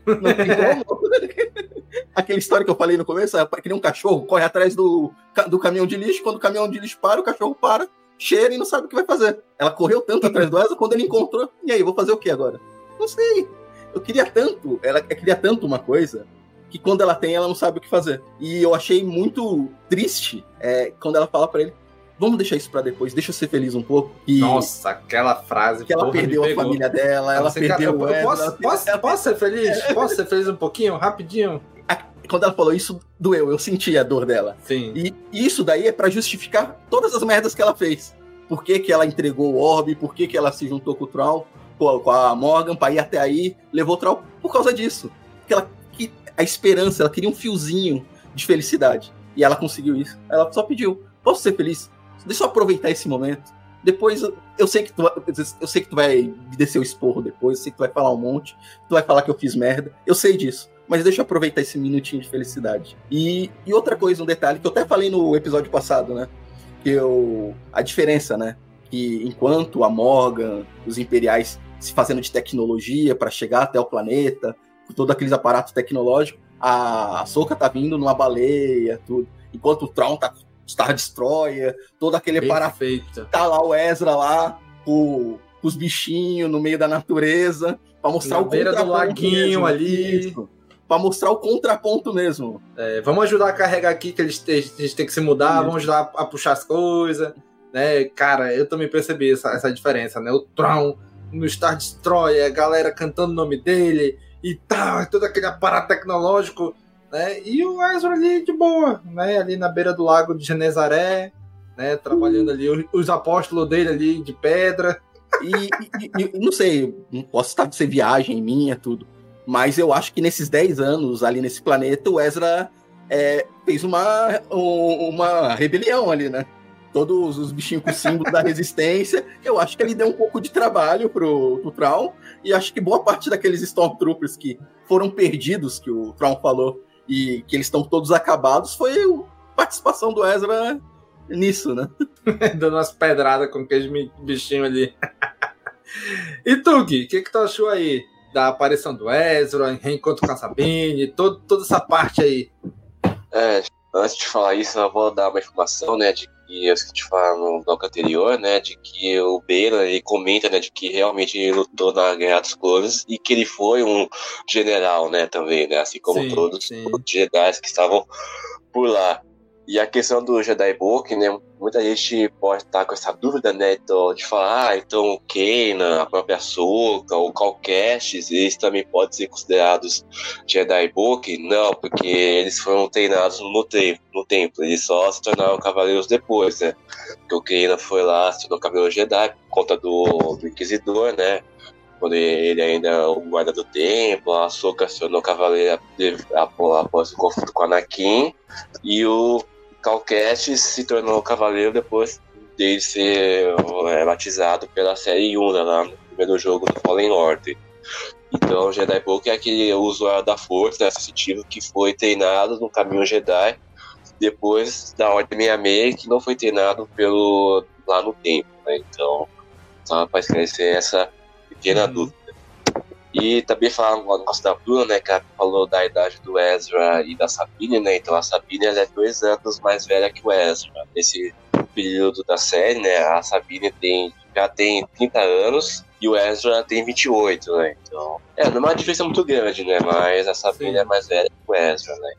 L: tem como. Aquela história que eu falei no começo, é que nem um cachorro corre atrás do, do caminhão de lixo, quando o caminhão de lixo para, o cachorro para, cheira e não sabe o que vai fazer. Ela correu tanto atrás do Ezra, quando ele encontrou, e aí, vou fazer o que agora? Não sei. Eu queria tanto, ela queria tanto uma coisa, que quando ela tem, ela não sabe o que fazer. E eu achei muito triste é, quando ela fala pra ele, vamos deixar isso pra depois, deixa eu ser feliz um pouco. E
O: nossa, aquela frase.
L: Que ela perdeu a família dela, ela perdeu o Ezra.
O: Posso, posso, ela... posso ser feliz? Posso ser feliz um pouquinho? Rapidinho?
L: Quando ela falou isso, doeu, eu senti a dor dela.
O: Sim.
L: E isso daí é pra justificar todas as merdas que ela fez. Por que que ela entregou o orbe, por que que ela se juntou com o Thrawn, com a Morgan, pra ir até aí, levou o Thrawn por causa disso. Porque ela, que, a esperança, ela queria um fiozinho de felicidade. E ela conseguiu isso. Ela só pediu, posso ser feliz? Deixa eu aproveitar esse momento. Depois, eu sei que tu, eu sei que tu vai me descer o esporro depois, eu sei que tu vai falar um monte, tu vai falar que eu fiz merda, eu sei disso. Mas deixa eu aproveitar esse minutinho de felicidade. E, e outra coisa, um detalhe, que eu até falei no episódio passado, né? Que eu, a diferença, né? Que enquanto a Morgan, os Imperiais se fazendo de tecnologia para chegar até o planeta, com todos aqueles aparatos tecnológicos, a Ahsoka tá vindo numa baleia, tudo. Enquanto o Thrawn tá com Star Destroyer, todo aquele aparato. Tá lá o Ezra lá, com, com os bichinhos no meio da natureza, para mostrar
O: na
L: o
O: beira do laguinho
L: mesmo,
O: ali.
L: Isso. Pra mostrar o contraponto mesmo.
O: É, vamos ajudar a carregar aqui, que eles, a gente tem que se mudar, Sim. vamos ajudar a, a puxar as coisas, né? Cara, eu também percebi essa, essa diferença, né? O Thrawn no Star Destroyer, a galera cantando o nome dele e tal, todo aquele aparato tecnológico, né? E o Ezra ali de boa, né? Ali na beira do lago de Genezaré, né? Trabalhando uhum. ali, os, os apóstolos dele ali de pedra.
L: E, e, e não sei, não posso estar de ser viagem minha, tudo. Mas eu acho que nesses dez anos ali nesse planeta, o Ezra é, fez uma, uma rebelião ali, né? Todos os bichinhos com símbolo da resistência. Eu acho que ele deu um pouco de trabalho pro, pro Thrawn. E acho que boa parte daqueles Stormtroopers que foram perdidos, que o Thrawn falou, e que eles estão todos acabados, foi a participação do Ezra nisso, né?
O: Dando umas pedradas com aqueles bichinhos ali. E tu, Gui, o que, que tu achou aí da aparição do Ezra, reencontro com a Sabine, todo, toda essa parte aí?
M: É, antes de falar isso, eu vou dar uma informação, né, de que eu esqueci de falar no bloco anterior, né, de que o Bela, ele comenta, né, de que realmente ele lutou na Guerra dos Clones e que ele foi um general, né, também, né, assim como sim, todos sim. os Jedi que estavam por lá. E a questão do Jedi Book, né, muita gente pode estar com essa dúvida, né, então, de falar, ah, então o Kanan, a própria Ahsoka, o Cal Kestis, eles também podem ser considerados Jedi Book? Não, porque eles foram treinados no templo, no templo, eles só se tornaram cavaleiros depois, né, porque o Kanan foi lá, se tornou cavaleiro Jedi por conta do, do Inquisidor, né, quando ele ainda é o guarda do templo, a Ahsoka se tornou cavaleira após o conflito com Anakin, e o Cal Kestis se tornou cavaleiro depois dele ser é, batizado pela série Yuna, lá no primeiro jogo do Fallen Order. Então o Jedi Book é aquele usuário da força, né, sensitivo, que foi treinado no caminho Jedi depois da Ordem sessenta e seis, que não foi treinado pelo, lá no templo, né? Então, só para esclarecer essa pequena uhum. dúvida. E também falar um negócio da Bruna, né, que ela falou da idade do Ezra e da Sabine, né, então a Sabine ela é dois anos mais velha que o Ezra. Nesse período da série, né, a Sabine tem, já tem trinta anos e o Ezra tem vinte e oito, né, então é, não é uma diferença muito grande, né, mas a Sabine Sim. é mais velha que o Ezra, né.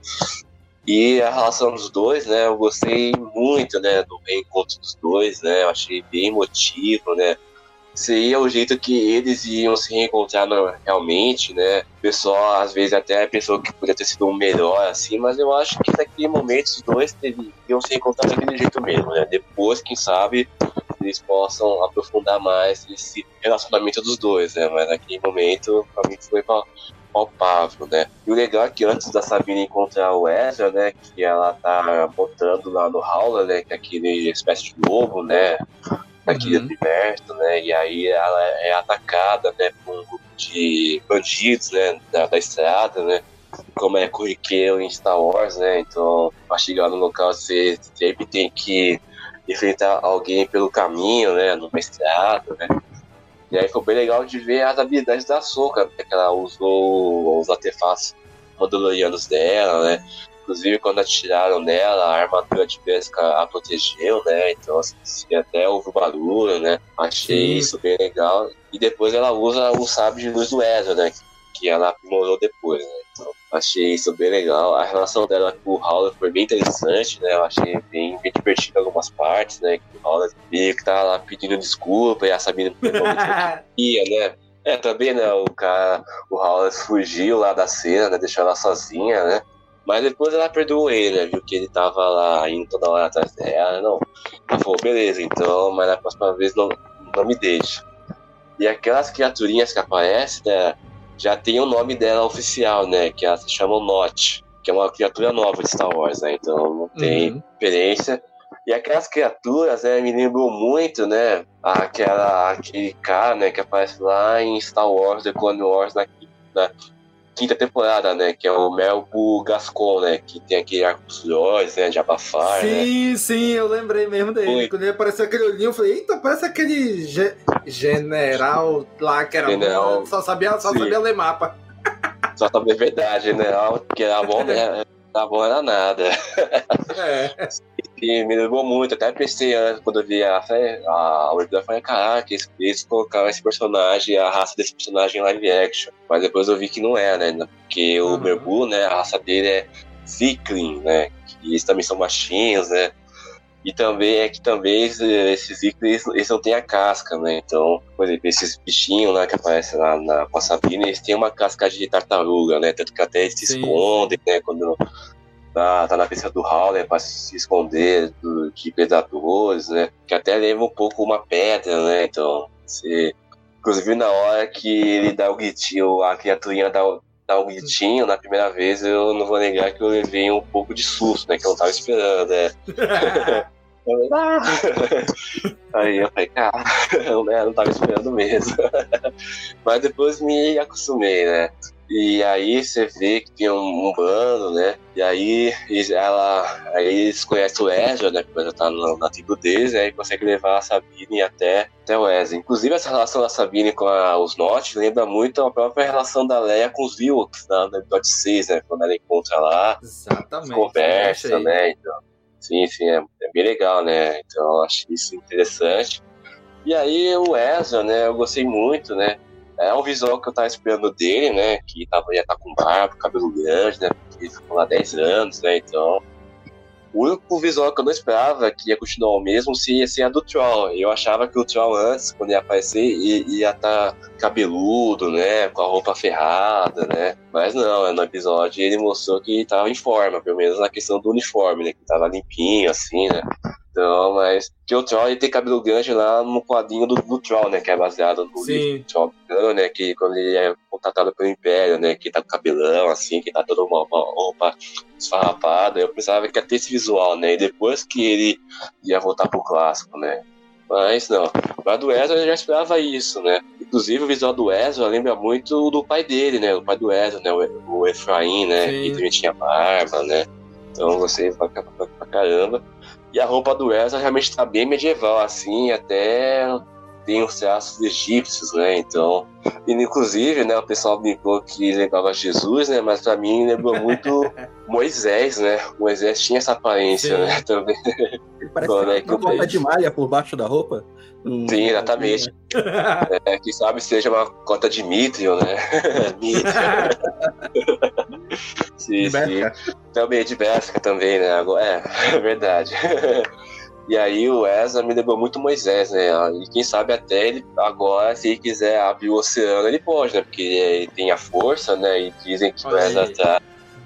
M: E a relação dos dois, né, eu gostei muito, né, do reencontro dos dois, né, eu achei bem emotivo, né, seria o jeito que eles iam se reencontrar realmente, né? O pessoal, às vezes, até pensou que podia ter sido um melhor, assim, mas eu acho que naquele momento os dois iam se reencontrar daquele jeito mesmo, né? Depois, quem sabe, eles possam aprofundar mais esse relacionamento dos dois, né? Mas naquele momento, pra mim, foi palpável, né? E o legal é que antes da Sabine encontrar o Ezra, né? Que ela tá botando lá no Howler, né? Que é aquele espécie de lobo, né? Daquele uhum. universo, né, e aí ela é atacada, né, por um grupo de bandidos, né, da, da estrada, né, como é corriqueiro em Star Wars, né, então, para chegar no local você sempre tem que enfrentar alguém pelo caminho, né, numa estrada, né, e aí foi bem legal de ver as habilidades da Ahsoka, né, que ela usou os artefatos mandalorianos dela, né, inclusive quando atiraram nela, a armadura de pesca a protegeu, né? Então assim, até houve barulho, né? Achei Sim. isso bem legal. E depois ela usa o sabre de luz do Ezra, né? Que ela aprimorou depois, né? Então achei isso bem legal. A relação dela com o Howler foi bem interessante, né? Eu achei bem, bem divertido em algumas partes, né? Que o Howler meio que tava lá pedindo desculpa e a Sabine ia, né? É, também, né? O cara, o Howler fugiu lá da cena, né? Deixou ela sozinha, né? Mas depois ela perdoou ele, né? Viu que ele tava lá indo toda hora atrás dela. Não. Ela falou, beleza, então, mas na próxima vez não, não me deixe. E aquelas criaturinhas que aparecem, né? Já tem o nome dela oficial, né? Que ela se chama Notch, que é uma criatura nova de Star Wars, né? Então não tem uhum. diferença. E aquelas criaturas, né? Me lembrou muito, né? Aquela, aquele cara, né? Que aparece lá em Star Wars, The Clone Wars, na, na quinta temporada, né, que é o Melbu Gascon, né, que tem aquele arco dos olhos, né, de abafar,
O: sim,
M: né.
O: Sim, eu lembrei mesmo dele. Foi. Quando ele apareceu aquele olhinho, eu falei, eita, parece aquele ge- general lá que era general, bom, só sabia, só sabia ler mapa.
M: Só sabia a verdade, general, que era bom, né, era bom era nada. É. E me lembrou muito, até pensei antes, quando eu vi a a Ordem, eu falei, caraca, eles, eles colocaram esse personagem, a raça desse personagem em live action. Mas depois eu vi que não é, né? Porque uhum. o Merbu, né, a raça dele é Zikrin, né? Que eles também são machinhos, né? E também é que também esses Ziklins, eles não têm a casca, né? Então, por exemplo, esses bichinhos lá que aparecem lá na, com a Sabine, eles têm uma casca de tartaruga, né? Tanto que até eles se Sim. escondem, né? Quando tá, tá na pista do Howler para se esconder do, de predadores, né? Que até lembra um pouco uma pedra, né? Então, você Inclusive, na hora que ele dá o gritinho, a criaturinha dá, dá um gritinho, na primeira vez, eu não vou negar que eu levei um pouco de susto, né? Que eu não tava esperando, né? Aí eu falei, cara, eu não tava esperando mesmo. Mas depois me acostumei, né? E aí você vê que tem um, um bando, né? E aí, ela, aí eles conhecem o Ezra, né? Porque já tá na, na tribo deles, né? E consegue levar a Sabine até, até o Ezra. Inclusive, essa relação da Sabine com a, os Nott lembra muito a própria relação da Leia com os Ewoks, né? No episódio seis, né? Quando ela encontra lá,
O: exatamente,
M: conversa, né? Então, sim, sim, é, é bem legal, né? Então, eu acho isso interessante. E aí, o Ezra, né? Eu gostei muito, né? É um visual que eu tava esperando dele, né? Que tava, ia estar tá com barba, cabelo grande, né? Porque ele ficou lá dez anos, né? Então, o único visual que eu não esperava que ia continuar o mesmo seria ser a do Troll. Eu achava que o Troll antes, quando ia aparecer, ia estar tá cabeludo, né? Com a roupa ferrada, né? Mas não, no episódio ele mostrou que tava em forma, pelo menos na questão do uniforme, né? Que tava limpinho, assim, né? Então, mas que o Troll ele tem cabelo grande lá no quadrinho do, do Troll, né? Que é baseado no
O: Sim.
M: livro do Troll, né? Que quando ele é contratado pelo Império, né? Que tá com cabelão, assim, que tá toda uma, uma roupa esfarrapada. Eu pensava que ia ter esse visual, né? E depois que ele ia voltar pro clássico, né? Mas não. Mas do Ezra eu já esperava isso, né? Inclusive o visual do Ezra lembra muito do pai dele, né? O pai do Ezra, né? O, o Efraim, né?
O: Sim.
M: Que também tinha barba, né? Então você pra, pra, pra, pra caramba. E a roupa do Ezra realmente tá bem medieval, assim, até tem uns traços egípcios, né? Então, e, inclusive, né, o pessoal brincou que lembrava Jesus, né? Mas pra mim lembrou muito Moisés, né? Moisés tinha essa aparência,
L: Sim.
M: né? Também.
L: Ele parece Bom, né, que uma cota de malha por baixo da roupa.
M: Sim, exatamente. É, quem sabe seja uma cota de Mithril, né? Mithril. Sim, sim. Também de Bélgica também, né? É, é verdade. E aí o Ezra me lembrou muito Moisés, né? E quem sabe até ele agora, se ele quiser abrir o oceano, ele pode, né? Porque ele tem a força, né? E dizem que o Ezra tá...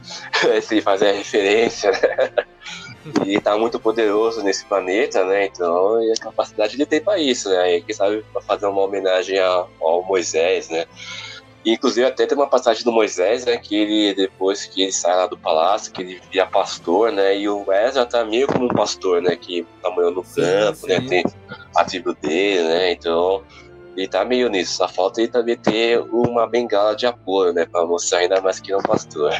M: se ele fazer a referência, né? E tá muito poderoso nesse planeta, né? Então, e a capacidade de ter pra isso, né? E quem sabe pra fazer uma homenagem ao, ao Moisés, né? E, inclusive, até tem uma passagem do Moisés, né? Que ele, depois que ele sai lá do palácio, que ele vira pastor, né? E o Ezra tá meio como um pastor, né? Que tá morando no sim, campo, sim. né? Tem a tribo dele, né? Então, ele tá meio nisso. Só falta ele também ter uma bengala de apoio, né? Pra mostrar ainda mais que é um pastor.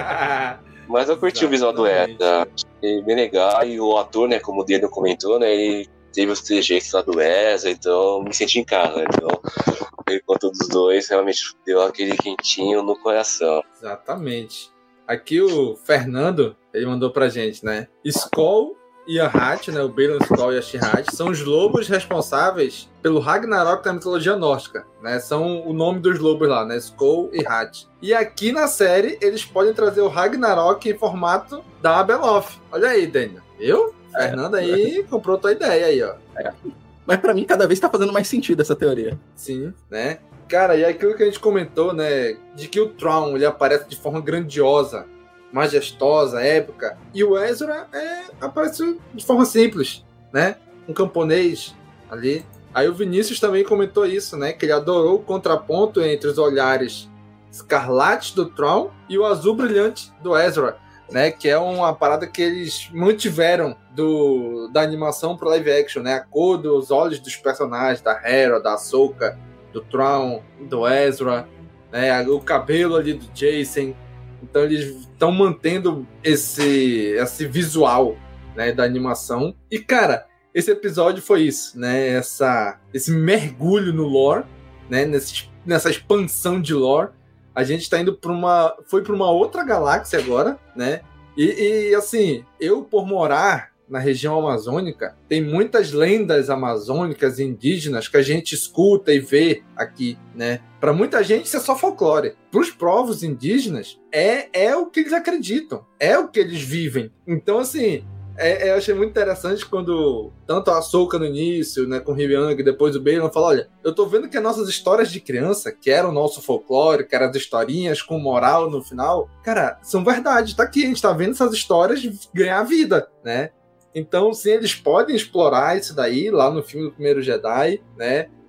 M: Mas eu curti Exatamente. o visual do Ezra, achei bem legal, e o ator, né, como o Daniel comentou, né, ele teve os trejeitos lá do Ezra, então me senti em casa, né, então, enquanto dos dois, realmente deu aquele quentinho no coração.
O: Exatamente. Aqui o Fernando, ele mandou pra gente, né, Skoll e a Hat, né, o Baylan Skoll e a She-Hat, são os lobos responsáveis pelo Ragnarok da mitologia nórdica, né, são o nome dos lobos lá, né, Skoll e Hat. E aqui na série, eles podem trazer o Ragnarok em formato da Abeloth. Olha aí, Daniel, viu? É, Fernando aí é. comprou tua ideia aí, ó.
L: É. Mas pra mim, cada vez tá fazendo mais sentido essa teoria.
O: Sim, né? Cara, e aquilo que a gente comentou, né, de que o Thrawn, ele aparece de forma grandiosa, majestosa, épica, e o Ezra é, aparece de forma simples, né? Um camponês ali. Aí o Vinícius também comentou isso, né? Que ele adorou o contraponto entre os olhares escarlates do Thrawn e o azul brilhante do Ezra, né? Que é uma parada que eles mantiveram do, da animação pro live action, né? A cor dos olhos dos personagens, da Hera, da Ahsoka, do Thrawn, do Ezra, né? O cabelo ali do Jacen. Então eles estão mantendo esse, esse visual, né, da animação. E, cara, esse episódio foi isso, né? Essa, esse mergulho no lore, né? Nesse, nessa expansão de lore. A gente tá indo para uma... Foi para uma outra galáxia agora, né? E, e, assim, eu, por morar na região amazônica, tem muitas lendas amazônicas e indígenas que a gente escuta e vê aqui, né? Para muita gente isso é só folclore. Para os povos indígenas é, é o que eles acreditam, é o que eles vivem. Então, assim, é, eu achei muito interessante quando tanto a Ahsoka no início, né, com o Hyang, depois o Baylan, fala, olha, eu tô vendo que as nossas histórias de criança, que era o nosso folclore, que eram as historinhas com moral no final, cara, são verdade. Tá aqui, a gente tá vendo essas histórias ganhar vida, né? Então, sim, eles podem explorar isso daí lá no filme do Primeiro Jedi, né?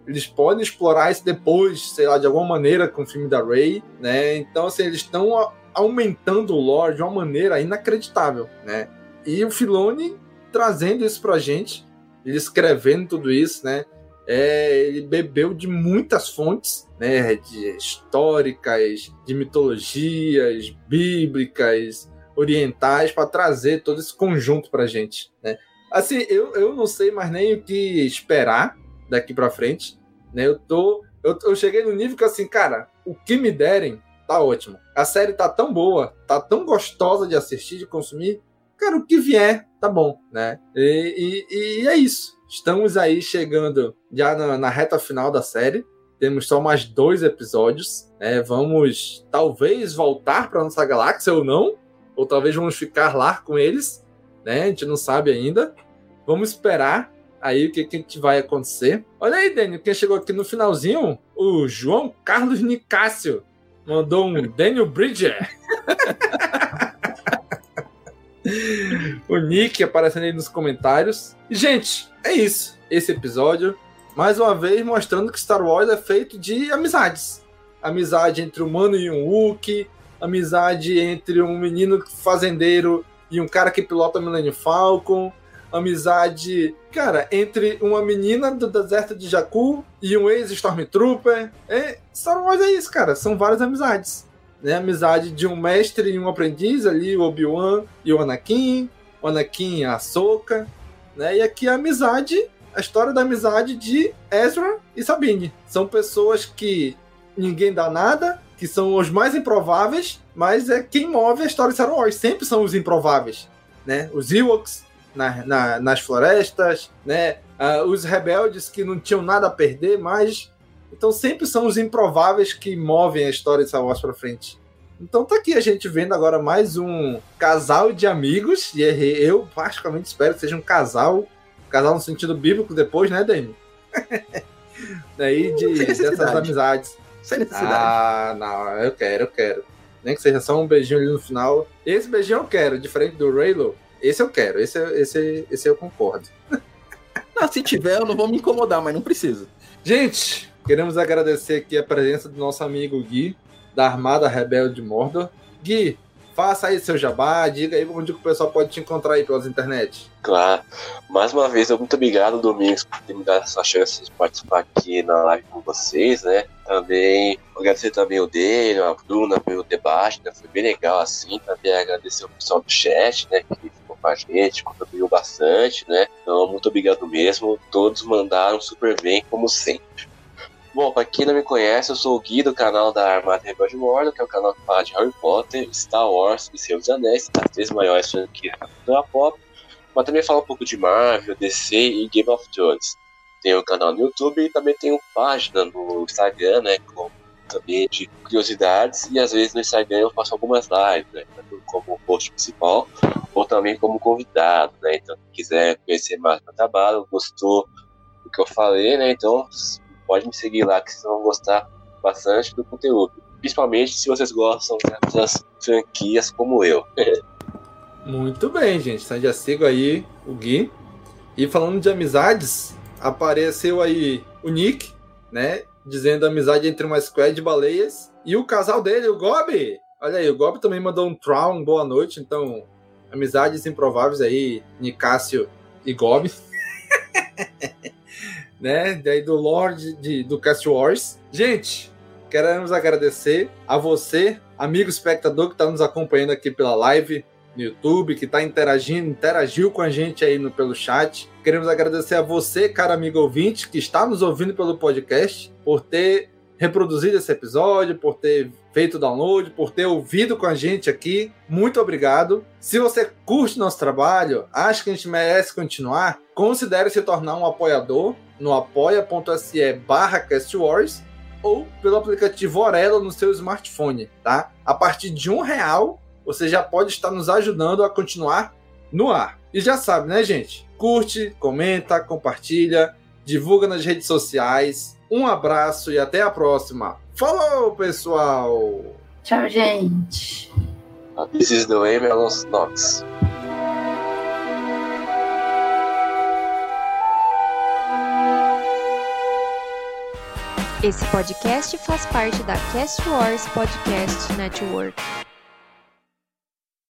O: eles podem explorar isso depois, sei lá, de alguma maneira com o filme da Rey, né? Então, assim, eles estão aumentando o lore de uma maneira inacreditável, né? E o Filoni trazendo isso pra gente, ele escrevendo tudo isso, né? É, ele bebeu de muitas fontes, né? De históricas, de mitologias, bíblicas, orientais, para trazer todo esse conjunto pra gente, né? Assim, eu, eu não sei mais nem o que esperar daqui pra frente, né? Eu tô... Eu, eu cheguei no nível que, assim, cara, o que me derem tá ótimo. A série tá tão boa, tá tão gostosa de assistir, de consumir, cara, o que vier tá bom, né? E, e, e é isso. Estamos aí chegando já na, na reta final da série. Temos só mais dois episódios, né? Vamos talvez voltar pra nossa galáxia ou não, ou talvez vamos ficar lá com eles, né? A gente não sabe ainda. Vamos esperar aí o que, que vai acontecer. Olha aí, Daniel, quem chegou aqui no finalzinho, o João Carlos Nicásio mandou um Daniel Bridger. O Nick aparecendo aí nos comentários. E, gente, é isso. Esse episódio, mais uma vez, mostrando que Star Wars é feito de amizades. Amizade entre um humano e um Wookiee, amizade entre um menino fazendeiro e um cara que pilota o Millennium Falcon, amizade, cara, entre uma menina do deserto de Jakku e um ex-Stormtrooper. É, Star Wars é isso, cara, são várias amizades, né? Amizade de um mestre e um aprendiz ali, o Obi-Wan e o Anakin, o Anakin e a Ahsoka, né? E aqui a amizade, a história da amizade de Ezra e Sabine. São pessoas que ninguém dá nada, que são os mais improváveis, mas é quem move a história de Star Wars. Sempre são os improváveis, né? Os Ewoks na, na, nas florestas, né? Uh, os rebeldes que não tinham nada a perder, mas... Então sempre são os improváveis que movem a história de Star Wars pra frente. Então tá aqui a gente vendo agora mais um casal de amigos, e eu particularmente espero que seja um casal, casal no sentido bíblico depois, né, Dani? Daí de, dessas amizades. Ah, não, eu quero, eu quero. Nem que seja só um beijinho ali no final. Esse beijinho eu quero, diferente do Reylo. Esse eu quero, esse, esse, esse eu concordo.
L: Não, se tiver, eu não vou me incomodar, mas não preciso.
O: Gente, queremos agradecer aqui a presença do nosso amigo Gui, da Armada Rebelde de Mordor. Gui, faça aí seu jabá, diga aí onde o pessoal pode te encontrar aí pelas internet.
M: Claro. Mais uma vez, muito obrigado, Domingos, por ter me dado essa chance de participar aqui na live com vocês, né? Também agradecer também o Daniel, a Bruna pelo debate, né? Foi bem legal assim. Também agradecer o pessoal do chat, né? Que ficou com a gente, contribuiu bastante, né? Então, muito obrigado mesmo. Todos mandaram super bem, como sempre. Bom, pra quem não me conhece, eu sou o Gui do canal da Armada Rebelde de Mordor, que é o canal que fala de Harry Potter, Star Wars e Senhor dos Anéis, as três maiores franquias da cultura pop, mas também fala um pouco de Marvel, D C e Game of Thrones. Tem o canal no YouTube e também tem uma página no Instagram, né, com, também de curiosidades, e às vezes no Instagram eu faço algumas lives, né, tanto como host principal ou também como convidado, né, então se quiser conhecer mais do meu trabalho, gostou do que eu falei, né, então pode me seguir lá que vocês vão gostar bastante do conteúdo. Principalmente se vocês gostam dessas franquias como eu.
O: Muito bem, gente. Então já sigo aí o Gui. E falando de amizades, apareceu aí o Nick, né? Dizendo amizade entre uma squad de baleias. E o casal dele, o Gobi. Olha aí, o Gobi também mandou um Traum, boa noite. Então, amizades improváveis aí, Nicásio e Gobi. Né, daí do Lorde de, do Cast Wars. Gente, queremos agradecer a você, amigo espectador que está nos acompanhando aqui pela live no YouTube, que está interagindo, interagiu com a gente aí no, pelo chat. Queremos agradecer a você, cara amigo ouvinte, que está nos ouvindo pelo podcast, por ter reproduzido esse episódio, por ter feito o download, por ter ouvido com a gente aqui. Muito obrigado. Se você curte nosso trabalho, acha que a gente merece continuar, considere se tornar um apoiador no apoia.se barra castwars ou pelo aplicativo Orelo no seu smartphone, tá? A partir de um real, você já pode estar nos ajudando a continuar no ar. E já sabe, né, gente? Curte, comenta, compartilha, divulga nas redes sociais. Um abraço e até a próxima. Falou, pessoal!
K: Tchau, gente!
M: This is the way, Melons Knox.
P: Esse podcast faz parte da Cast Wars Podcast Network.